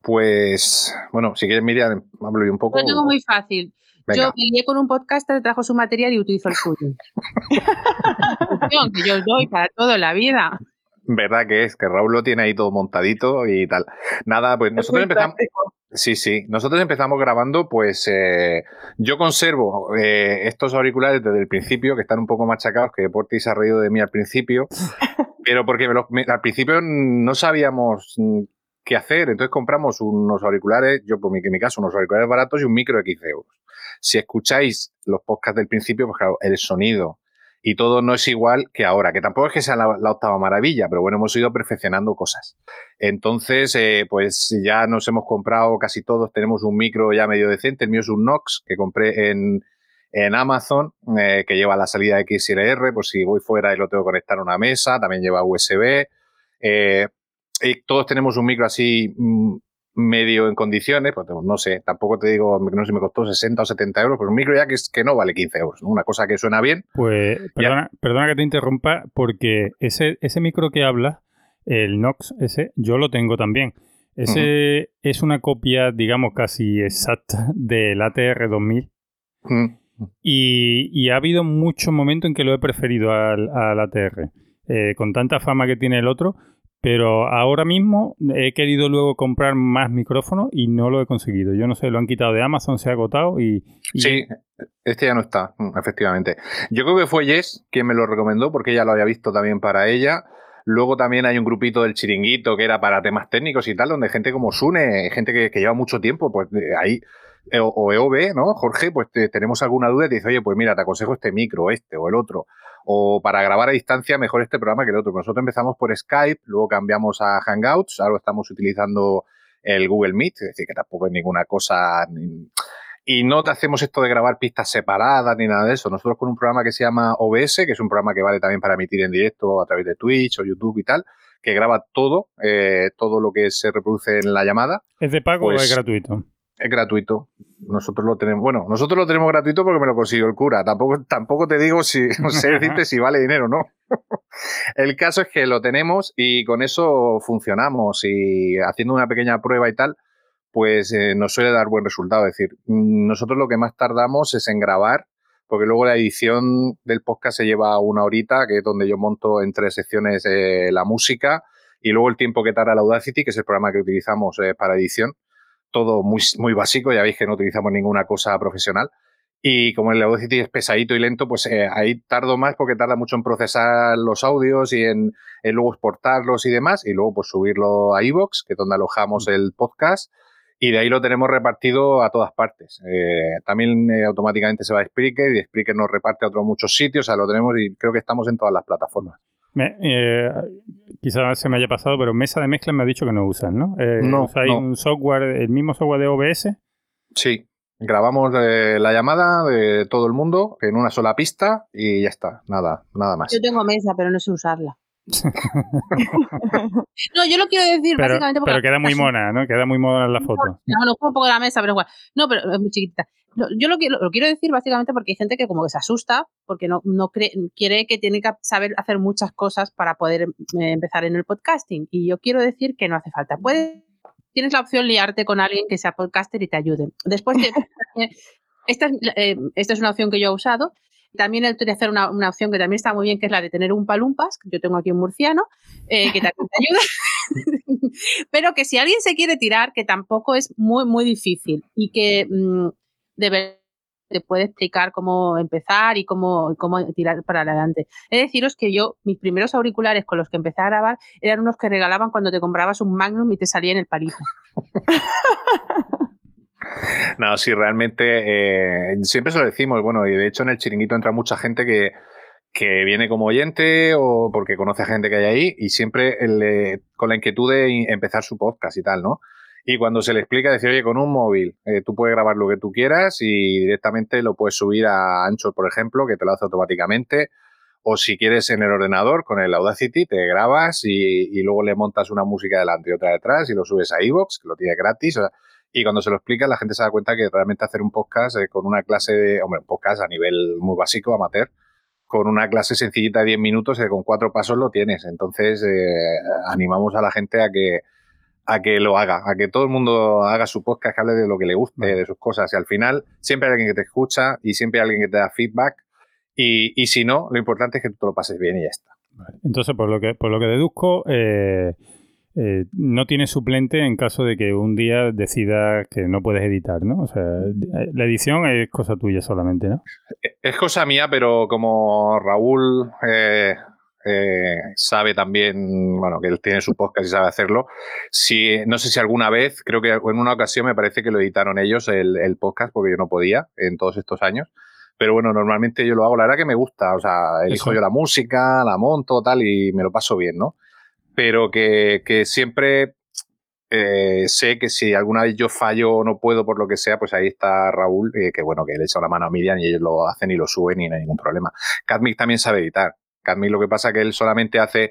Pues, bueno, si quieres, Miriam, hablo yo un poco. Lo tengo muy fácil. Venga. Yo me lié con un podcaster, trajo su material y utilizo el suyo. Que yo os doy para todo en la vida. Verdad que es, que Raúl lo tiene ahí todo montadito y tal. Nada, pues nosotros empezamos... Práctico. Sí, sí. Nosotros empezamos grabando, pues eh, yo conservo eh, estos auriculares desde el principio, que están un poco machacados, que Porti se ha reído de mí al principio, pero porque me los, me, al principio no sabíamos qué hacer, entonces compramos unos auriculares, yo por mi, en mi caso, unos auriculares baratos y un micro de quince euros. Si escucháis los podcasts del principio, pues claro, el sonido y todo no es igual que ahora, que tampoco es que sea la, la octava maravilla, pero bueno, hemos ido perfeccionando cosas. Entonces, eh, pues ya nos hemos comprado casi todos, tenemos un micro ya medio decente, el mío es un Nox que compré en, en Amazon, eh, que lleva la salida X L R, por si voy fuera y lo tengo que conectar a una mesa, también lleva U S B, eh, y todos tenemos un micro así mmm, medio en condiciones, pues no sé, tampoco te digo, no sé si me costó sesenta o setenta euros, pues un micro ya que, es, que no vale quince euros, ¿no? Una cosa que suena bien. Pues perdona, perdona que te interrumpa, porque ese, ese micro que hablas, el Nox ese, yo lo tengo también. Ese uh-huh. es una copia, digamos, casi exacta del A T R dos mil. Uh-huh. Y, y ha habido muchos momentos en que lo he preferido al, al A T R, eh, con tanta fama que tiene el otro. Pero ahora mismo he querido luego comprar más micrófonos y no lo he conseguido. Yo no sé, lo han quitado de Amazon, se ha agotado y... y... Sí, este ya no está, efectivamente. Yo creo que fue Jess quien me lo recomendó porque ella lo había visto también para ella. Luego también hay un grupito del Chiringuito que era para temas técnicos y tal, donde gente como Sune, gente que, que lleva mucho tiempo, pues ahí... O, o E O B, ¿no? Jorge, pues te, tenemos alguna duda y te dice, oye, pues mira, te aconsejo este micro, este o el otro. O para grabar a distancia, mejor este programa que el otro. Nosotros empezamos por Skype, luego cambiamos a Hangouts, ahora estamos utilizando el Google Meet, es decir, que tampoco es ninguna cosa... Ni... Y no te hacemos esto de grabar pistas separadas ni nada de eso. Nosotros con un programa que se llama O B S, que es un programa que vale también para emitir en directo a través de Twitch o YouTube y tal, que graba todo, eh, todo lo que se reproduce en la llamada. ¿Es de pago pues, o es gratuito? Es gratuito. Nosotros lo tenemos, bueno, nosotros lo tenemos gratuito porque me lo consiguió el cura. Tampoco, tampoco te digo si, no sé decirte si vale dinero o no. El caso es que lo tenemos y con eso funcionamos y haciendo una pequeña prueba y tal, pues eh, nos suele dar buen resultado. Es decir, nosotros lo que más tardamos es en grabar, porque luego la edición del podcast se lleva una horita, que es donde yo monto en tres secciones eh, la música y luego el tiempo que tarda el Audacity, que es el programa que utilizamos eh, para edición. Todo muy, muy básico, ya veis que no utilizamos ninguna cosa profesional. Y como el Audacity es pesadito y lento, pues eh, ahí tardo más porque tarda mucho en procesar los audios y en, en luego exportarlos y demás. Y luego pues subirlo a iVoox, que es donde alojamos el podcast. Y de ahí lo tenemos repartido a todas partes. Eh, también eh, automáticamente se va a Spreaker y Spreaker nos reparte a otros muchos sitios. O sea, lo tenemos y creo que estamos en todas las plataformas. Me, eh, quizás se me haya pasado, pero mesa de mezcla me ha dicho que no usan, ¿no? Eh, no, ¿Usáis no. un software, el mismo software de O B S? Sí, grabamos eh, la llamada de todo el mundo en una sola pista y ya está, nada, nada más. Yo tengo mesa, pero no sé usarla. No, yo lo quiero decir pero, básicamente porque... Pero queda muy mona, ¿no? Queda muy mona en la foto. No, no, fue un poco de la mesa, pero igual. No, pero es muy chiquitita. No, yo lo, lo, lo quiero decir básicamente porque hay gente que como que se asusta porque no, no cree, quiere que tiene que saber hacer muchas cosas para poder eh, empezar en el podcasting. Y yo quiero decir que no hace falta. Puedes, tienes la opción liarte con alguien que sea podcaster y te ayude. Después, de, esta, eh, esta es una opción que yo he usado. También he de hacer una, una opción que también está muy bien, que es la de tener un palumpas, que yo tengo aquí un murciano, eh, que también te ayuda. Pero que si alguien se quiere tirar, que tampoco es muy, muy difícil y que mmm, de verdad te puede explicar cómo empezar y cómo, cómo tirar para adelante. He de deciros que yo, mis primeros auriculares con los que empecé a grabar eran unos que regalaban cuando te comprabas un Magnum y te salía en el palito. No, sí, realmente eh, siempre se lo decimos, bueno, y de hecho en el Chiringuito entra mucha gente que, que viene como oyente o porque conoce a gente que hay ahí y siempre el, eh, con la inquietud de empezar su podcast y tal, ¿no? Y cuando se le explica, decir, oye, con un móvil eh, tú puedes grabar lo que tú quieras y directamente lo puedes subir a Anchor, por ejemplo, que te lo hace automáticamente. O si quieres en el ordenador, con el Audacity, te grabas y, y luego le montas una música delante y otra detrás y lo subes a iVoox, que lo tiene gratis. O sea, y cuando se lo explica, la gente se da cuenta que realmente hacer un podcast eh, con una clase de... Hombre, un podcast a nivel muy básico, amateur, con una clase sencillita de diez minutos, eh, con cuatro pasos lo tienes. Entonces, eh, animamos a la gente a que, a que lo haga, a que todo el mundo haga su podcast, que hable de lo que le guste, de sus cosas. Y al final, siempre hay alguien que te escucha y siempre hay alguien que te da feedback. Y, y si no, lo importante es que tú te lo pases bien y ya está. Entonces, por lo que, por lo que deduzco... Eh... Eh, no tienes suplente en caso de que un día decidas que no puedes editar, ¿no? O sea, la edición es cosa tuya solamente, ¿no? Es cosa mía, pero como Raúl eh, eh, sabe también, bueno, que él tiene su podcast y sabe hacerlo, si, no sé si alguna vez, creo que en una ocasión me parece que lo editaron ellos, el, el podcast, porque yo no podía en todos estos años. Pero bueno, normalmente yo lo hago, la verdad que me gusta, o sea, elijo Eso. yo la música, la monto, tal, y me lo paso bien, ¿no? Pero que, que siempre eh, sé que si alguna vez yo fallo o no puedo por lo que sea, pues ahí está Raúl, eh, que bueno, que le echa la mano a Miriam y ellos lo hacen y lo suben y no hay ningún problema. Cadmic también sabe editar. Cadmic lo que pasa es que él solamente hace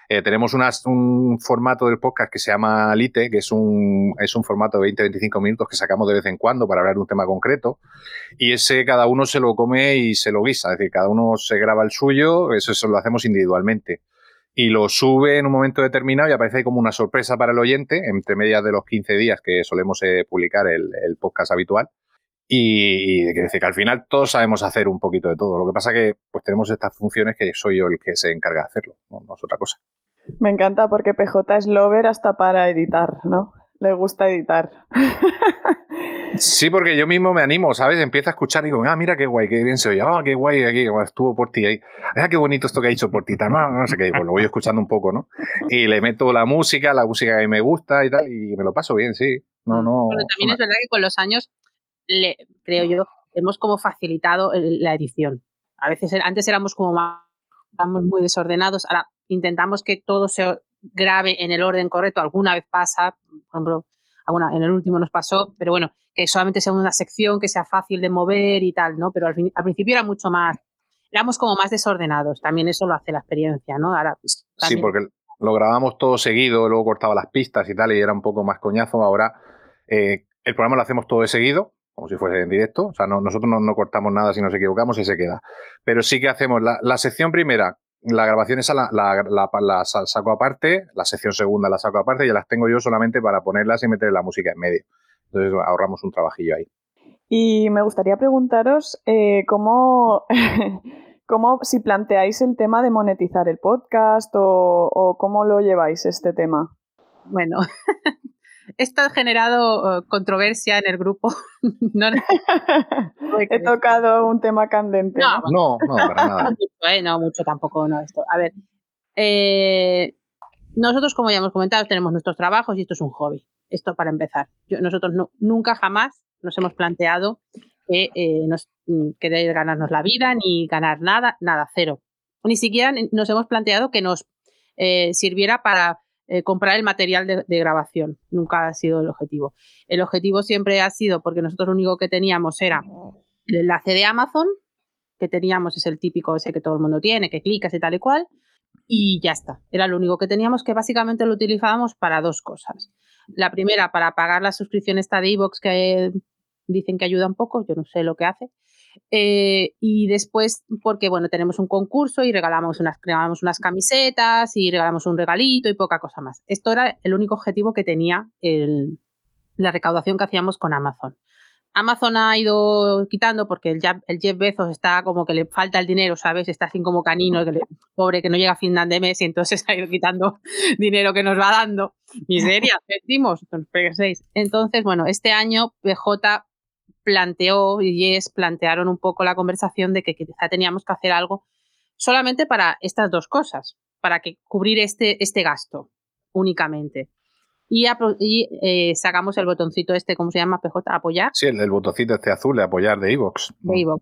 Eh, tenemos unas, un formato del podcast que se llama Lite, que es un, es un formato de veinte a veinticinco minutos que sacamos de vez en cuando para hablar de un tema concreto. Y ese cada uno se lo come y se lo guisa. Es decir, cada uno se graba el suyo, eso, eso lo hacemos individualmente. Y lo sube en un momento determinado y aparece ahí como una sorpresa para el oyente, entre medias de los quince días que solemos eh, publicar el, el podcast habitual. Y, y quiere decir que al final todos sabemos hacer un poquito de todo. Lo que pasa que pues tenemos estas funciones que soy yo el que se encarga de hacerlo, no, no es otra cosa. Me encanta porque P J es lover hasta para editar, ¿no? Le gusta editar. Sí, porque yo mismo me animo, ¿sabes? Empiezo a escuchar y digo, ah, mira qué guay, qué bien se oye, ah, qué guay, aquí estuvo por ti ahí, ah, qué bonito esto que ha hecho por ti, tal, no, no sé qué, pues lo voy escuchando un poco, ¿no? Y le meto la música, la música que me gusta y tal, y me lo paso bien, sí. No, no. Pero también es verdad que con los años, le, creo yo, hemos como facilitado el, la edición. A veces antes éramos como más, éramos muy desordenados, ahora intentamos que todo se grabe en el orden correcto. Alguna vez pasa, por ejemplo, alguna, en el último nos pasó, pero bueno, que solamente sea una sección que sea fácil de mover y tal, ¿no? Pero al, fin, al principio era mucho más, éramos como más desordenados. También eso lo hace la experiencia, ¿no? Ahora, pues, sí, porque lo grabábamos todo seguido, luego cortaba las pistas y tal, y era un poco más coñazo. Ahora eh, el programa lo hacemos todo de seguido, como si fuese en directo. O sea, no, nosotros no, no cortamos nada si nos equivocamos y se queda. Pero sí que hacemos la, la sección primera, la grabación esa la, la, la, la saco aparte, la sección segunda la saco aparte y ya las tengo yo solamente para ponerlas y meter la música en medio. Entonces ahorramos un trabajillo ahí. Y me gustaría preguntaros eh, cómo, cómo, si planteáis el tema de monetizar el podcast o, o cómo lo lleváis este tema. Bueno, esto ha generado uh, controversia en el grupo. no, no, no He tocado un tema candente. No, no, no, no para nada. No mucho, ¿eh? no mucho tampoco, no esto. A ver, eh, nosotros, como ya hemos comentado, tenemos nuestros trabajos y esto es un hobby. Esto para empezar. Yo, nosotros no, nunca jamás nos hemos planteado que eh, nos querer ganarnos la vida ni ganar nada, nada, cero. Ni siquiera nos hemos planteado que nos eh, sirviera para eh, comprar el material de, de grabación. Nunca ha sido el objetivo. El objetivo siempre ha sido, porque nosotros lo único que teníamos era el enlace de Amazon, que teníamos es el típico ese que todo el mundo tiene, que clicas y tal y cual, y ya está. Era lo único que teníamos, que básicamente lo utilizábamos para dos cosas. La primera, para pagar la suscripción esta de iVoox, que dicen que ayuda un poco, yo no sé lo que hace. Eh, y después, porque bueno, tenemos un concurso y regalamos unas, regalamos unas camisetas y regalamos un regalito y poca cosa más. Esto era el único objetivo que tenía el, la recaudación que hacíamos con Amazon. Amazon ha ido quitando porque el Jeff, el Jeff Bezos está como que le falta el dinero, ¿sabes? Está así como canino, que le, pobre, que no llega a fin de mes y entonces ha ido quitando dinero que nos va dando. Miseria, decimos, entonces, bueno, este año P J planteó y Yes plantearon un poco la conversación de que quizá teníamos que hacer algo solamente para estas dos cosas, para que cubrir este, este gasto únicamente. Y, y eh, sacamos el botoncito este, ¿cómo se llama, P J? ¿Apoyar? Sí, el, el botoncito este azul de apoyar de iVoox. De iVoox.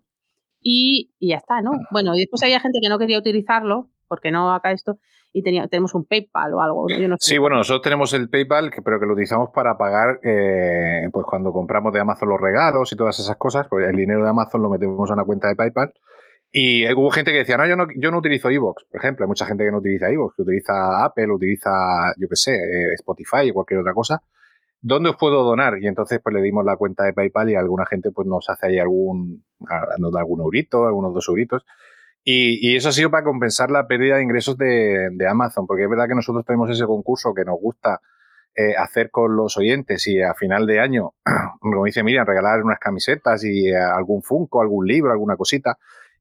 Y, y ya está, ¿no? Bueno, y después había gente que no quería utilizarlo, porque no acá esto, y tenía, tenemos un PayPal o algo. Yo no sé. Sí, bueno, nosotros tenemos el PayPal, que, pero que lo utilizamos para pagar, eh, pues cuando compramos de Amazon los regalos y todas esas cosas, pues el dinero de Amazon lo metemos a una cuenta de PayPal. Y hubo gente que decía, no, yo no, yo no utilizo iVoox, por ejemplo. Hay mucha gente que no utiliza iVoox, que utiliza Apple, utiliza, yo qué sé, eh, Spotify o cualquier otra cosa. ¿Dónde os puedo donar? Y entonces pues le dimos la cuenta de PayPal y alguna gente pues nos hace ahí algún, nos da algún eurito, algunos dos euritos. Y, y eso ha sido para compensar la pérdida de ingresos de, de Amazon, porque es verdad que nosotros tenemos ese concurso que nos gusta eh, hacer con los oyentes y a final de año, como dice Miriam, regalar unas camisetas y eh, algún Funko, algún libro, alguna cosita.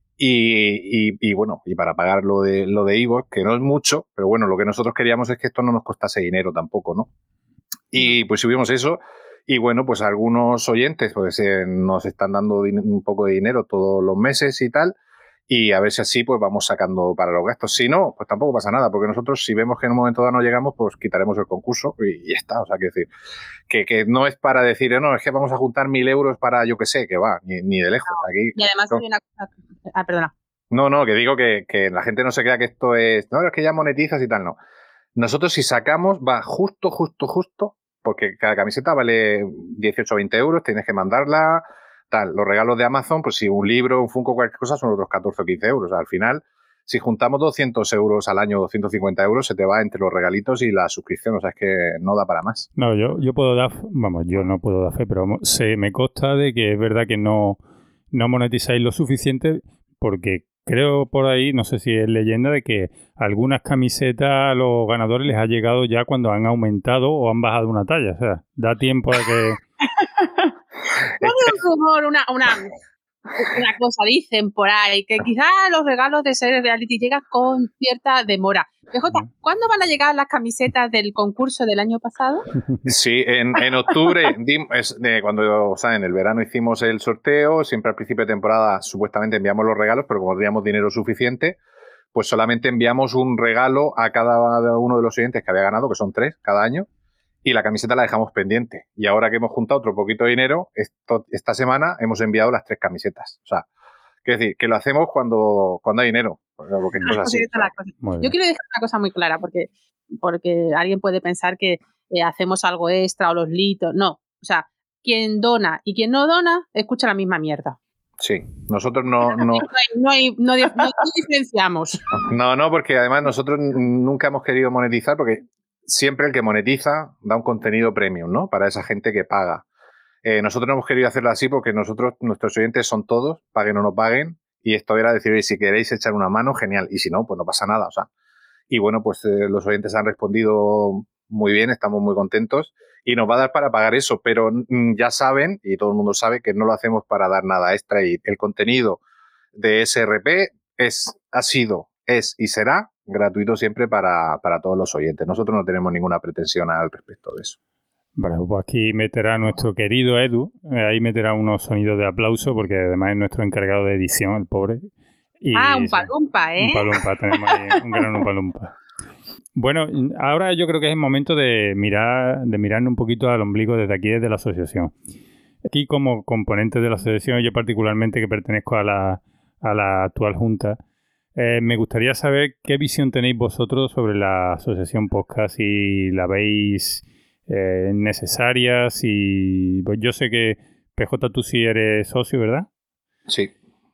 Y, y, y bueno, y para pagar lo de lo de iVoox, que no es mucho, pero bueno, lo que nosotros queríamos es que esto no nos costase dinero tampoco, ¿no? Y pues subimos eso y bueno, pues algunos oyentes pues eh, nos están dando un poco de dinero todos los meses y tal, y a ver si así pues vamos sacando para los gastos. Si no, pues tampoco pasa nada, porque nosotros si vemos que en un momento dado no llegamos, pues quitaremos el concurso y ya está. O sea, que decir, que, que no es para decir, no, es que vamos a juntar mil euros para yo que sé, que va, ni, ni de lejos. Aquí, y además no, hay una cosa... Ah, perdona. No, no, que digo que, que la gente no se crea que esto es, no, es que ya monetizas y tal, no. Nosotros si sacamos va justo, justo, justo, porque cada camiseta vale dieciocho o veinte euros, tienes que mandarla, tal. Los regalos de Amazon, pues si un libro, un Funko, cualquier cosa, son otros catorce o quince euros. O sea, al final si juntamos doscientos euros al año, doscientos cincuenta euros, se te va entre los regalitos y la suscripción. O sea, es que no da para más. No, yo, yo puedo dar, vamos, yo no puedo dar fe, pero vamos, se me consta de que es verdad que no, no monetizáis lo suficiente, porque creo por ahí, no sé si es leyenda, de que algunas camisetas a los ganadores les ha llegado ya cuando han aumentado o han bajado una talla. O sea, da tiempo a que... No es un rumor, una, una, una cosa, dicen por ahí, que quizás los regalos de ser reality llegan con cierta demora. P J, ¿cuándo van a llegar las camisetas del concurso del año pasado? Sí, en, en octubre, es de cuando, o sea, en el verano hicimos el sorteo, siempre al principio de temporada supuestamente enviamos los regalos, pero como teníamos dinero suficiente, pues solamente enviamos un regalo a cada uno de los oyentes que había ganado, que son tres cada año, y la camiseta la dejamos pendiente. Y ahora que hemos juntado otro poquito de dinero, esto, esta semana hemos enviado las tres camisetas. O sea, quiero decir, que lo hacemos cuando, cuando hay dinero. Porque esto es así. Yo quiero dejar una cosa muy clara, porque, porque alguien puede pensar que eh, hacemos algo extra o los litos. No, o sea, quien dona y quien no dona, escucha la misma mierda. Sí, nosotros no... No, no, hay, no, hay, no, no, no diferenciamos. No, no, porque además nosotros nunca hemos querido monetizar, porque siempre el que monetiza da un contenido premium, ¿no? Para esa gente que paga. Eh, nosotros no hemos querido hacerlo así porque nosotros, nuestros oyentes son todos, paguen o no paguen, y esto era decir, oye, si queréis echar una mano, genial, y si no, pues no pasa nada, o sea. Y bueno, pues eh, los oyentes han respondido muy bien, estamos muy contentos, y nos va a dar para pagar eso, pero mm, ya saben, y todo el mundo sabe, que no lo hacemos para dar nada extra, y el contenido de S R P es, ha sido, es y será gratuito siempre para, para todos los oyentes. Nosotros no tenemos ninguna pretensión al respecto de eso. Vale, pues aquí meterá nuestro querido Edu, eh, ahí meterá unos sonidos de aplauso, porque además es nuestro encargado de edición, el pobre. Y, ah, un palumpa, ¿eh? Un palumpa, tenemos ahí un gran un palumpa. Bueno, ahora yo creo que es el momento de mirar, de mirarnos un poquito al ombligo desde aquí, desde la asociación. Aquí, como componente de la asociación, yo particularmente que pertenezco a la, a la actual junta, eh, me gustaría saber qué visión tenéis vosotros sobre la asociación podcast, si la veis eh, necesaria, si... Pues yo sé que, P J, tú sí eres socio, ¿verdad? Sí.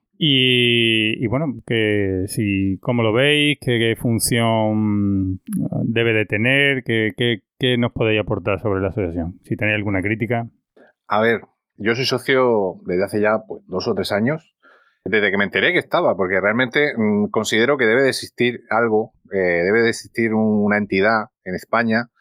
Y, y bueno, que si cómo lo veis, qué, qué función debe de tener, qué, qué, qué nos podéis aportar sobre la asociación, si tenéis alguna crítica. A ver, yo soy socio desde hace ya pues, dos o tres años, desde que me enteré que estaba, porque realmente mmm, considero que debe de existir algo, eh, debe de existir un, una entidad en España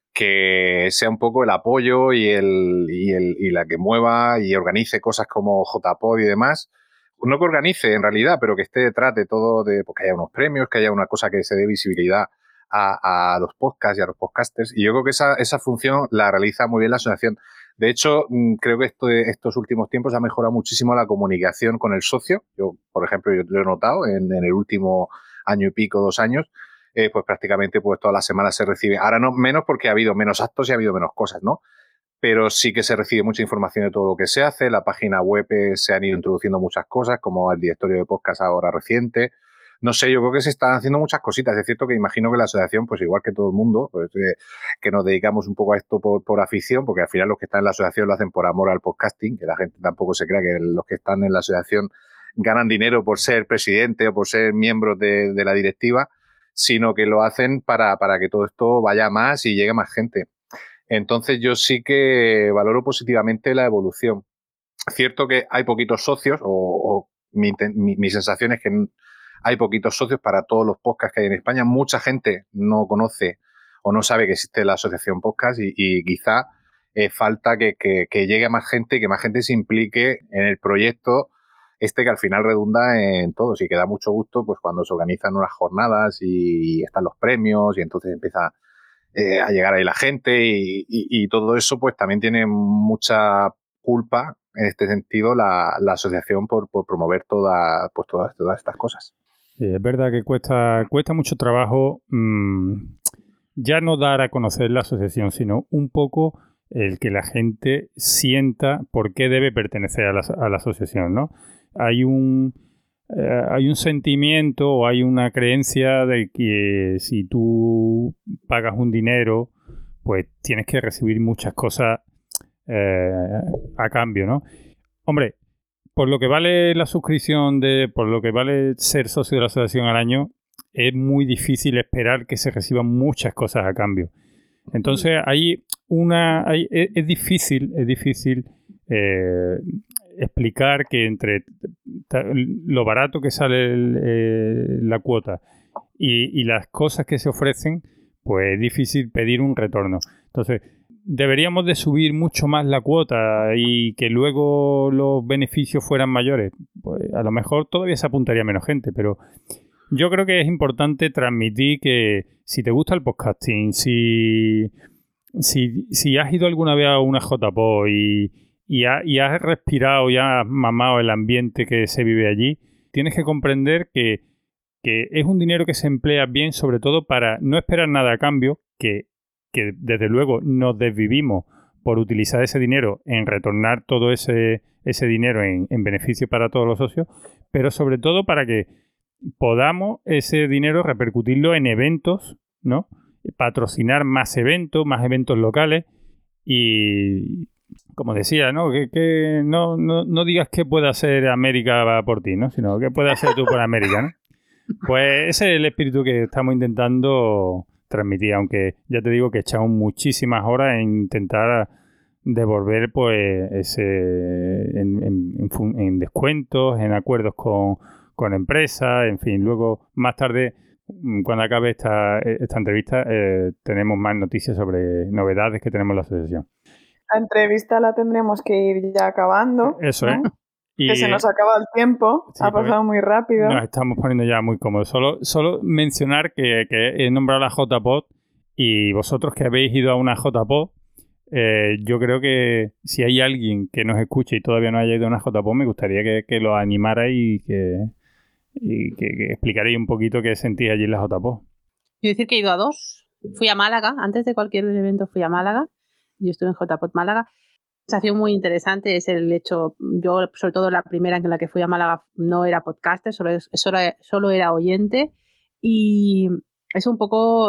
que sea un poco el apoyo y, el, y, el, y la que mueva y organice cosas como J P O D y demás. No que organice en realidad, pero que esté detrás de todo, de pues, que haya unos premios, que haya una cosa que se dé visibilidad a, a los podcasts y a los podcasters. Y yo creo que esa, esa función la realiza muy bien la asociación. De hecho, creo que esto, estos últimos tiempos ha mejorado muchísimo la comunicación con el socio. Yo, por ejemplo, yo lo he notado en, en el último año y pico, dos años, eh, pues prácticamente pues todas las semanas se recibe. Ahora no menos porque ha habido menos actos y ha habido menos cosas, ¿no? Pero sí que se recibe mucha información de todo lo que se hace. La página web eh, se han ido introduciendo muchas cosas, como el directorio de podcast ahora reciente. No sé, yo creo que se están haciendo muchas cositas. Es cierto que imagino que la asociación, pues igual que todo el mundo, pues, eh, que nos dedicamos un poco a esto por, por afición, porque al final los que están en la asociación lo hacen por amor al podcasting, que la gente tampoco se crea que los que están en la asociación ganan dinero por ser presidente o por ser miembros de, de la directiva, sino que lo hacen para, para que todo esto vaya más y llegue más gente. Entonces yo sí que valoro positivamente la evolución. Cierto que hay poquitos socios, o, o mi, mi, mi sensación es que hay poquitos socios para todos los podcasts que hay en España. Mucha gente no conoce o no sabe que existe la asociación podcast y, y quizá eh, falta que, que, que llegue a más gente y que más gente se implique en el proyecto este que al final redunda en todos y que da mucho gusto pues cuando se organizan unas jornadas y, y están los premios y entonces empieza eh, a llegar ahí la gente y, y, y todo eso pues también tiene mucha culpa en este sentido la, la asociación por, por promover toda, pues todas, todas estas cosas. Sí, es verdad que cuesta, cuesta mucho trabajo mmm, ya no dar a conocer la asociación, sino un poco el que la gente sienta por qué debe pertenecer a la, a la asociación, ¿no? Hay un, eh, hay un sentimiento o hay una creencia de que si tú pagas un dinero, pues tienes que recibir muchas cosas eh, a cambio, ¿no? Hombre, por lo que vale la suscripción, de por lo que vale ser socio de la asociación al año, es muy difícil esperar que se reciban muchas cosas a cambio. Entonces, hay una, hay, es, es difícil, es difícil eh, explicar que entre lo barato que sale el, eh, la cuota y, y las cosas que se ofrecen, pues es difícil pedir un retorno. Entonces, deberíamos de subir mucho más la cuota y que luego los beneficios fueran mayores. Pues a lo mejor todavía se apuntaría menos gente, pero yo creo que es importante transmitir que si te gusta el podcasting, si, si, si has ido alguna vez a una J P O y, y, ha, y has respirado y has mamado el ambiente que se vive allí, tienes que comprender que, que es un dinero que se emplea bien, sobre todo para no esperar nada a cambio, que que desde luego nos desvivimos por utilizar ese dinero en retornar todo ese, ese dinero en, en beneficio para todos los socios, pero sobre todo para que podamos ese dinero repercutirlo en eventos, ¿no? Patrocinar más eventos, más eventos locales y, como decía, ¿no? Que, que no, no, no digas que pueda hacer América por ti, ¿no? Sino que pueda hacer tú por América, ¿no? Pues ese es el espíritu que estamos intentando transmitir, aunque ya te digo que echamos muchísimas horas en intentar devolver pues ese en, en, en, en descuentos, en acuerdos con, con empresas, en fin. Luego, más tarde, cuando acabe esta, esta entrevista, eh, tenemos más noticias sobre novedades que tenemos en la asociación. La entrevista la tendremos que ir ya acabando. Eso, ¿no? ¿eh? Y, que se nos acaba el tiempo, sí, ha pasado muy rápido. Nos estamos poniendo ya muy cómodos. Solo, solo mencionar que, que he nombrado la J P O D y vosotros que habéis ido a una J P O D, eh, yo creo que si hay alguien que nos escuche y todavía no haya ido a una J P O D, me gustaría que, que lo animara y que, y que, que explicaréis un poquito qué sentís allí en la J P O D. Quiero decir que he ido a dos. Fui a Málaga, antes de cualquier evento fui a Málaga. Yo estuve en J P O D Málaga. Sensación muy interesante es el hecho, yo sobre todo la primera en la que fui a Málaga no era podcaster, solo, solo, solo era oyente y es un poco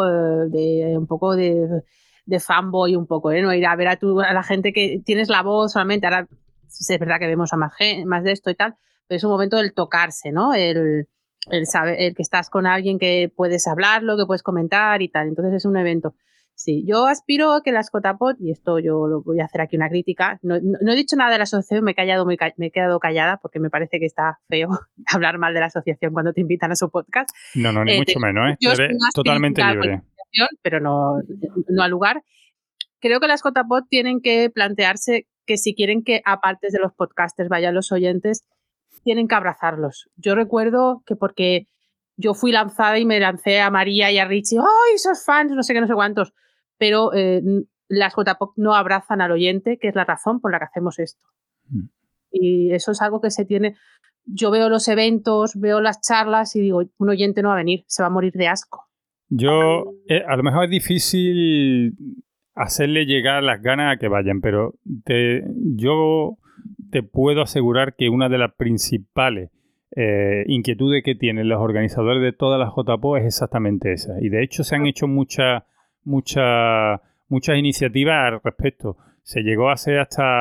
de un poco de, de fanboy un poco, ¿eh? No ir a ver a, tu, a la gente que tienes la voz solamente, ahora es verdad que vemos a más, más de esto y tal, pero es un momento del tocarse, ¿no? El, el saber el que estás con alguien que puedes hablarlo, que puedes comentar y tal, entonces es un evento. Sí, yo aspiro a que las J P O D, y esto yo lo voy a hacer aquí una crítica, no, no, no he dicho nada de la asociación, me he, callado, me, me he quedado callada porque me parece que está feo hablar mal de la asociación cuando te invitan a su podcast. No, no, ni eh, mucho de, menos, ¿eh? Eres totalmente libre. Pero no, no al lugar. Creo que las J P O D tienen que plantearse que si quieren que aparte de los podcasters vayan los oyentes, tienen que abrazarlos. Yo recuerdo que porque yo fui lanzada y me lancé a María y a Richie, ¡ay, esos fans! No sé qué, no sé cuántos. Pero eh, las J P O D no abrazan al oyente, que es la razón por la que hacemos esto. Mm. Y eso es algo que se tiene... Yo veo los eventos, veo las charlas y digo, un oyente no va a venir, se va a morir de asco. Yo, eh, a lo mejor es difícil hacerle llegar las ganas a que vayan, pero te, yo te puedo asegurar que una de las principales eh, inquietudes que tienen los organizadores de todas las J P O es exactamente esa. Y de hecho se han hecho muchas muchas muchas iniciativas al respecto. Se llegó a hacer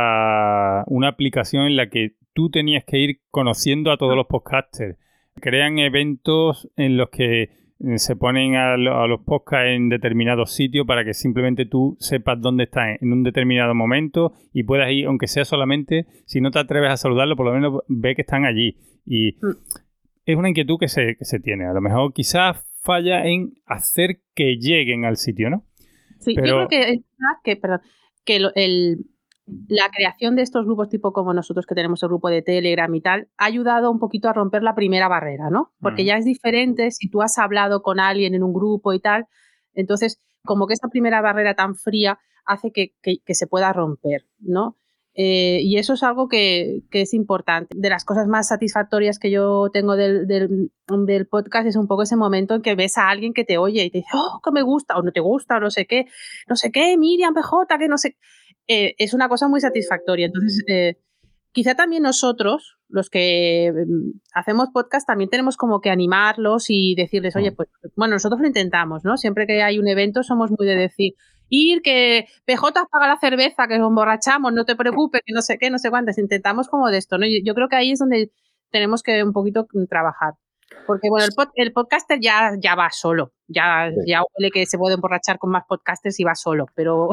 hasta una aplicación en la que tú tenías que ir conociendo a todos los podcasters. Crean eventos en los que se ponen a, lo, a los podcasts en determinados sitios para que simplemente tú sepas dónde están en un determinado momento y puedas ir, aunque sea solamente, si no te atreves a saludarlo, por lo menos ve que están allí. Y mm. es una inquietud que se, que se tiene. A lo mejor quizás falla en hacer que lleguen al sitio, ¿no? Sí, Pero... yo creo que, que, perdón, que lo, el, la creación de estos grupos tipo como nosotros que tenemos el grupo de Telegram y tal, ha ayudado un poquito a romper la primera barrera, ¿no? Porque uh-huh. ya es diferente si tú has hablado con alguien en un grupo y tal, entonces como que esa primera barrera tan fría hace que, que, que se pueda romper, ¿no? Eh, y eso es algo que, que es importante. De las cosas más satisfactorias que yo tengo del, del, del podcast es un poco ese momento en que ves a alguien que te oye y te dice, oh, que me gusta, o no te gusta, o no sé qué, no sé qué, Miriam P J, que no sé... Eh, es una cosa muy satisfactoria. Entonces, eh, quizá también nosotros, los que eh, hacemos podcast, también tenemos como que animarlos y decirles, oye, pues, bueno, nosotros lo intentamos, ¿no? Siempre que hay un evento somos muy de decir, ir, que P J paga la cerveza, que nos emborrachamos, no te preocupes, que no sé qué, no sé cuántas. Intentamos como de esto, ¿no? Yo, yo creo que ahí es donde tenemos que un poquito trabajar. Porque, bueno, el, pod, el podcaster ya, ya va solo. Ya, sí. ya huele que se puede emborrachar con más podcasters y va solo, pero...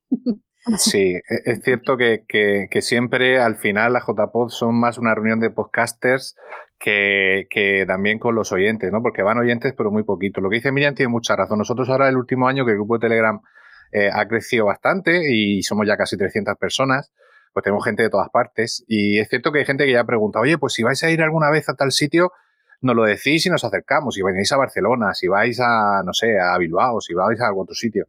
Sí, es cierto que, que, que siempre al final las J P O D son más una reunión de podcasters que, que también con los oyentes, ¿no? Porque van oyentes, pero muy poquito. Lo que dice Miriam tiene mucha razón. Nosotros ahora, el último año, que el grupo de Telegram eh, ha crecido bastante y somos ya casi trescientas personas, pues tenemos gente de todas partes. Y es cierto que hay gente que ya pregunta, oye, pues si vais a ir alguna vez a tal sitio, nos lo decís y nos acercamos. Si venís a Barcelona, si vais a, no sé, a Bilbao, si vais a algún otro sitio.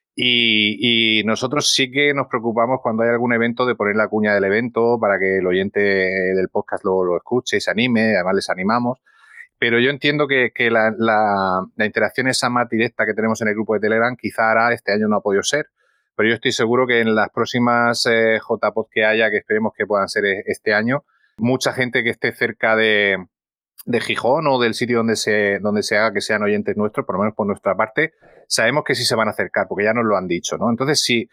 Y, y nosotros sí que nos preocupamos cuando hay algún evento de poner la cuña del evento para que el oyente del podcast lo, lo escuche y se anime, además les animamos. Pero yo entiendo que, que la, la, la interacción esa más directa que tenemos en el grupo de Telegram quizá ahora este año no ha podido ser, pero yo estoy seguro que en las próximas eh, J P O D que haya, que esperemos que puedan ser este año, mucha gente que esté cerca de, de Gijón o del sitio donde se, donde se haga que sean oyentes nuestros, por lo menos por nuestra parte, sabemos que sí se van a acercar, porque ya nos lo han dicho, ¿no? Entonces, si,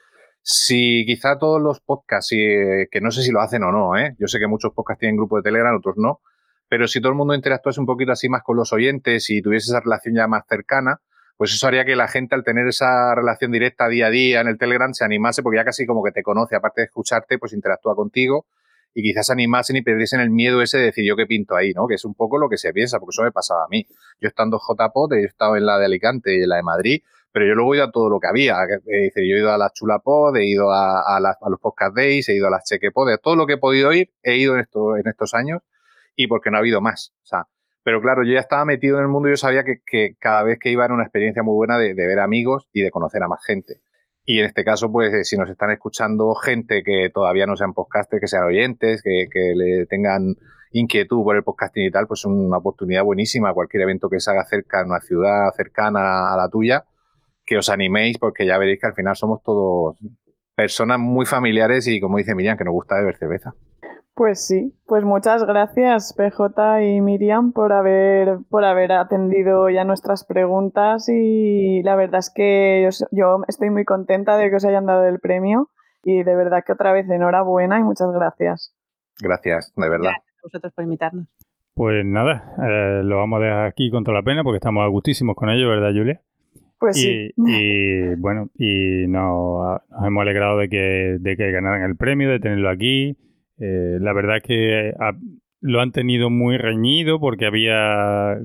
si quizá todos los podcasts, si, que no sé si lo hacen o no, ¿eh? Yo sé que muchos podcasts tienen grupos de Telegram, otros no, pero si todo el mundo interactuase un poquito así más con los oyentes y tuviese esa relación ya más cercana, pues eso haría que la gente, al tener esa relación directa día a día en el Telegram, se animase, porque ya casi como que te conoce, aparte de escucharte, pues interactúa contigo y quizás animasen y perdiesen el miedo ese de decir yo qué pinto ahí, ¿no? Que es un poco lo que se piensa, porque eso me pasaba a mí. Yo estando en J P O D, he estado en la de Alicante y en la de Madrid, pero yo luego he ido a todo lo que había. Es decir, yo he ido a la Chula Pod, he ido a, a, la, a los Podcast Days, he ido a las Cheque Pod, a todo lo que he podido ir, he ido en, esto, en estos años y porque no ha habido más. O sea, pero claro, yo ya estaba metido en el mundo y yo sabía que, que cada vez que iba era una experiencia muy buena de, de ver amigos y de conocer a más gente. Y en este caso, pues, si nos están escuchando gente que todavía no sean podcasters, que sean oyentes, que, que le tengan inquietud por el podcasting y tal, pues es una oportunidad buenísima. Cualquier evento que se haga cerca en una ciudad cercana a la tuya, que os animéis, porque ya veréis que al final somos todos personas muy familiares y, como dice Miriam, que nos gusta beber cerveza. Pues sí, pues muchas gracias P J y Miriam por haber, por haber atendido ya nuestras preguntas y la verdad es que yo, yo estoy muy contenta de que os hayan dado el premio y de verdad que otra vez enhorabuena y muchas gracias. Gracias, de verdad. Gracias a vosotros por invitarnos. Pues nada, eh, lo vamos a dejar aquí con toda la pena porque estamos a gustísimos con ello, ¿verdad, Julia? Pues y, sí. Y bueno, y nos, nos hemos alegrado de que, de que ganaran el premio, de tenerlo aquí. Eh, la verdad es que ha, lo han tenido muy reñido porque había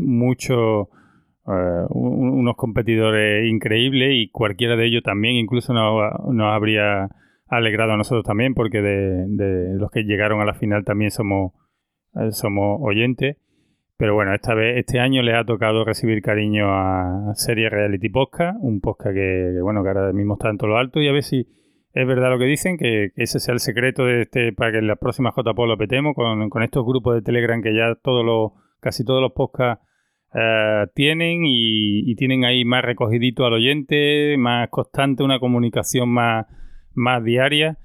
muchos uh, unos competidores increíbles y cualquiera de ellos también incluso nos, nos habría alegrado a nosotros también porque de, de los que llegaron a la final también somos, eh, somos oyentes. Pero bueno, esta vez, este año les ha tocado recibir cariño a Serie Reality Podcast, un podcast que, que bueno, que ahora mismo está en todo lo alto y a ver si es verdad lo que dicen, que, que ese sea el secreto de este para que en las próximas J P O lo petemos con, con estos grupos de Telegram que ya todos los, casi todos los podcasts uh, tienen y, y tienen ahí más recogidito al oyente, más constante, una comunicación más, más diaria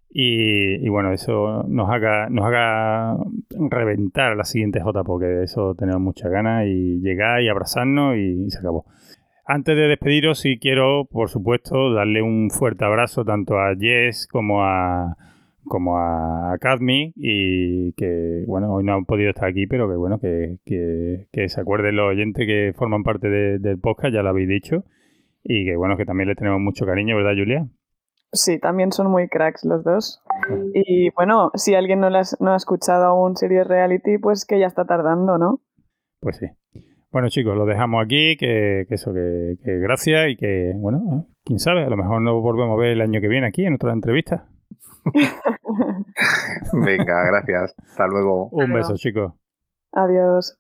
y, y bueno, eso nos haga, nos haga reventar la siguiente J P O, que de eso tenemos muchas ganas y llegar y abrazarnos y, y se acabó. Antes de despediros, sí quiero, por supuesto, darle un fuerte abrazo tanto a Jess como a como a Cadmi y que, bueno, hoy no han podido estar aquí, pero que, bueno, que, que, que se acuerden los oyentes que forman parte de, del podcast, ya lo habéis dicho, y que, bueno, que también les tenemos mucho cariño, ¿verdad, Julia? Sí, también son muy cracks los dos. Y, bueno, si alguien no, las, no ha escuchado aún Series Reality, pues que ya está tardando, ¿no? Pues sí. Bueno, chicos, lo dejamos aquí, que, que eso, que, que gracias y que, bueno, quién sabe, a lo mejor nos volvemos a ver el año que viene aquí en otra entrevista. Venga, gracias. Hasta luego. Un Adiós. Beso, chicos. Adiós.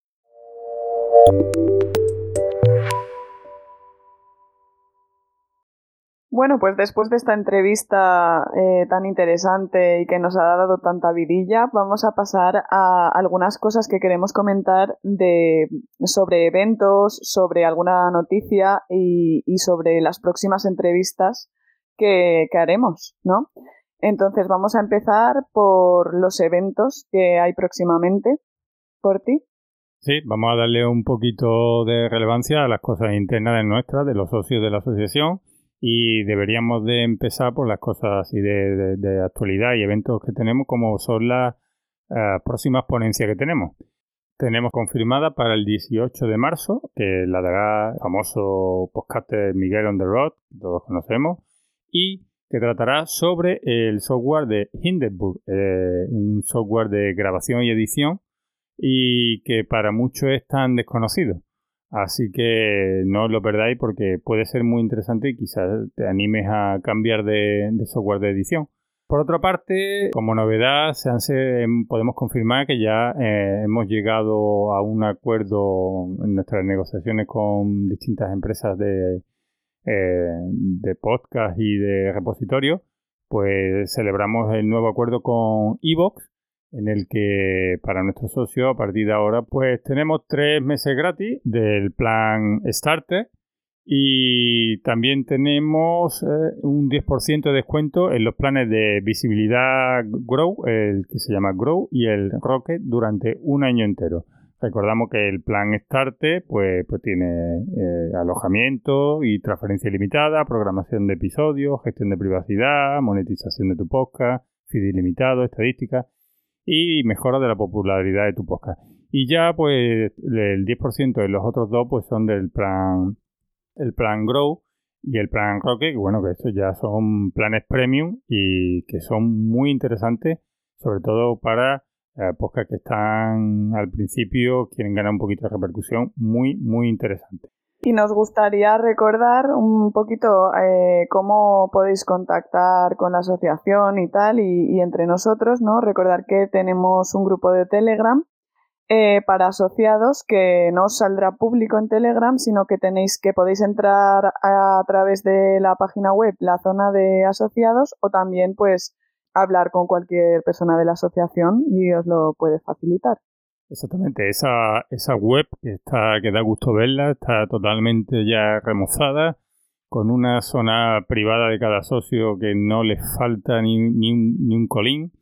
Bueno, pues después de esta entrevista eh, tan interesante y que nos ha dado tanta vidilla, vamos a pasar a algunas cosas que queremos comentar de, sobre eventos, sobre alguna noticia y, y sobre las próximas entrevistas que, que haremos, ¿no? Entonces vamos a empezar por los eventos que hay próximamente. ¿Por ti? Sí, vamos a darle un poquito de relevancia a las cosas internas de nuestras, de los socios de la asociación. y deberíamos de empezar por las cosas así de, de, de actualidad y eventos que tenemos, como son las uh, próximas ponencias que tenemos. Tenemos confirmada para el dieciocho de marzo, que la dará el famoso podcaster Miguel on the Road, que todos conocemos, y que tratará sobre el software de Hindenburg, eh, un software de grabación y edición y que para muchos es tan desconocido. Así que no os lo perdáis porque puede ser muy interesante y quizás te animes a cambiar de, de software de edición. Por otra parte, como novedad, se han, se, podemos confirmar que ya eh, hemos llegado a un acuerdo en nuestras negociaciones con distintas empresas de, eh, de podcast y de repositorio. Pues celebramos el nuevo acuerdo con iVoox, en el que para nuestros socios a partir de ahora pues tenemos tres meses gratis del plan Starter y también tenemos eh, un diez por ciento de descuento en los planes de visibilidad Grow, el que se llama Grow, y el Rocket durante un año entero. Recordamos que el plan Starter pues, pues tiene eh, alojamiento y transferencia ilimitada, programación de episodios, gestión de privacidad, monetización de tu podcast, feed ilimitado, estadísticas y mejora de la popularidad de tu podcast. Y ya pues el diez por ciento de los otros dos pues son del plan el plan Grow y el plan Rocket, que bueno, que estos ya son planes premium y que son muy interesantes, sobre todo para eh, podcasts que están al principio, quieren ganar un poquito de repercusión, muy, muy interesante. Y nos gustaría recordar un poquito eh, cómo podéis contactar con la asociación y tal, y, y entre nosotros, ¿no? Recordar que tenemos un grupo de Telegram eh, para asociados que no os saldrá público en Telegram, sino que tenéis que podéis entrar a, a través de la página web, la zona de asociados, o también pues hablar con cualquier persona de la asociación y os lo puede facilitar. Exactamente, esa, esa web que está que da gusto verla, está totalmente ya remozada, con una zona privada de cada socio que no les falta ni, ni, un, ni un colín.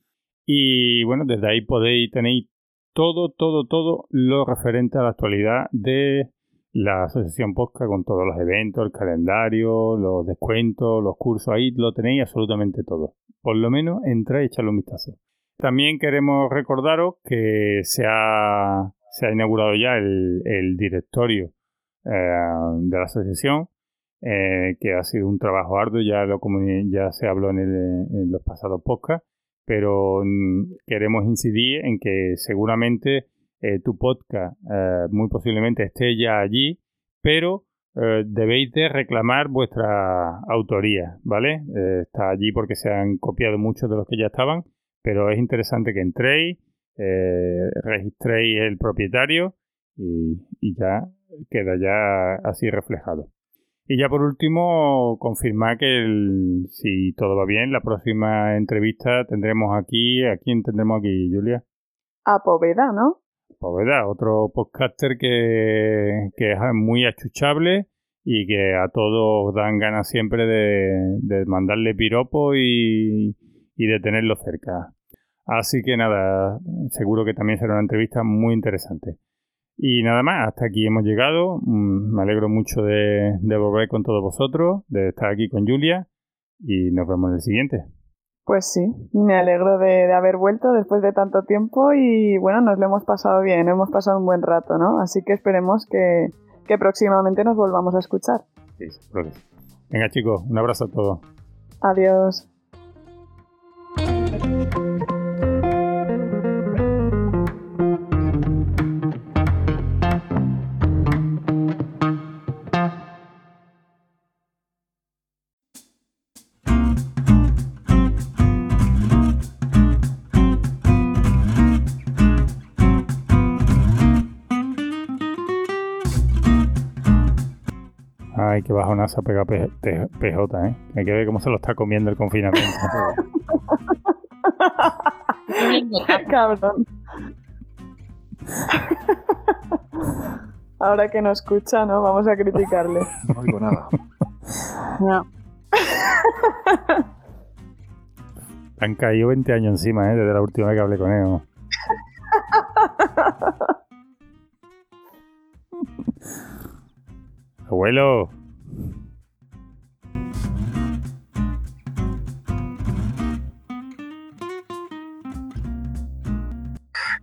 Y bueno, desde ahí podéis tenéis todo, todo, todo lo referente a la actualidad de la Asociación Podcast, con todos los eventos, el calendario, los descuentos, los cursos, ahí lo tenéis absolutamente todo. Por lo menos entráis y echadle un vistazo. También queremos recordaros que se ha, se ha inaugurado ya el, el directorio eh, de la asociación, eh, que ha sido un trabajo arduo, ya, lo, ya se habló en, el, en los pasados podcasts, pero mm, queremos incidir en que seguramente eh, tu podcast eh, muy posiblemente esté ya allí, pero eh, debéis de reclamar vuestra autoría, ¿vale? Eh, está allí porque se han copiado muchos de los que ya estaban, pero es interesante que entréis, eh, registréis el propietario y, y ya queda ya así reflejado. Y ya por último, confirmar que el, si todo va bien, la próxima entrevista tendremos aquí, ¿a quién tendremos aquí, Julia? A Poveda, ¿no? Poveda, otro podcaster que, que es muy achuchable y que a todos dan ganas siempre de, de mandarle piropo y... y de tenerlo cerca. Así que nada, seguro que también será una entrevista muy interesante. Y nada más, hasta aquí hemos llegado. Me alegro mucho de, de volver con todos vosotros, de estar aquí con Julia y nos vemos en el siguiente. Pues sí, me alegro de, de haber vuelto después de tanto tiempo y bueno, nos lo hemos pasado bien, hemos pasado un buen rato, ¿no? Así que esperemos que, que próximamente nos volvamos a escuchar. Sí, seguro que sí. Venga chicos, un abrazo a todos. Adiós. Ay, qué bajonazo pega P J, ¿eh? Hay que ver cómo se lo está comiendo el confinamiento. Cabrón. Ahora que no escucha, ¿no? Vamos a criticarle. No oigo nada. No. Han caído veinte años encima, ¿eh? Desde la última vez que hablé con él, ¿no? Abuelo.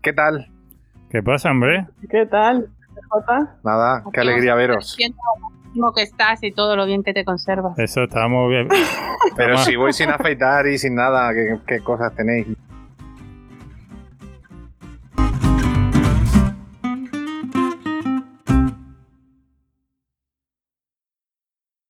¿Qué tal? ¿Qué pasa, hombre? ¿Qué tal, Jota? Nada, qué alegría veros. Lo que estás y todo lo bien que te conservas. Eso, estábamos bien. Pero si voy sin afeitar y sin nada, ¿qué, qué cosas tenéis?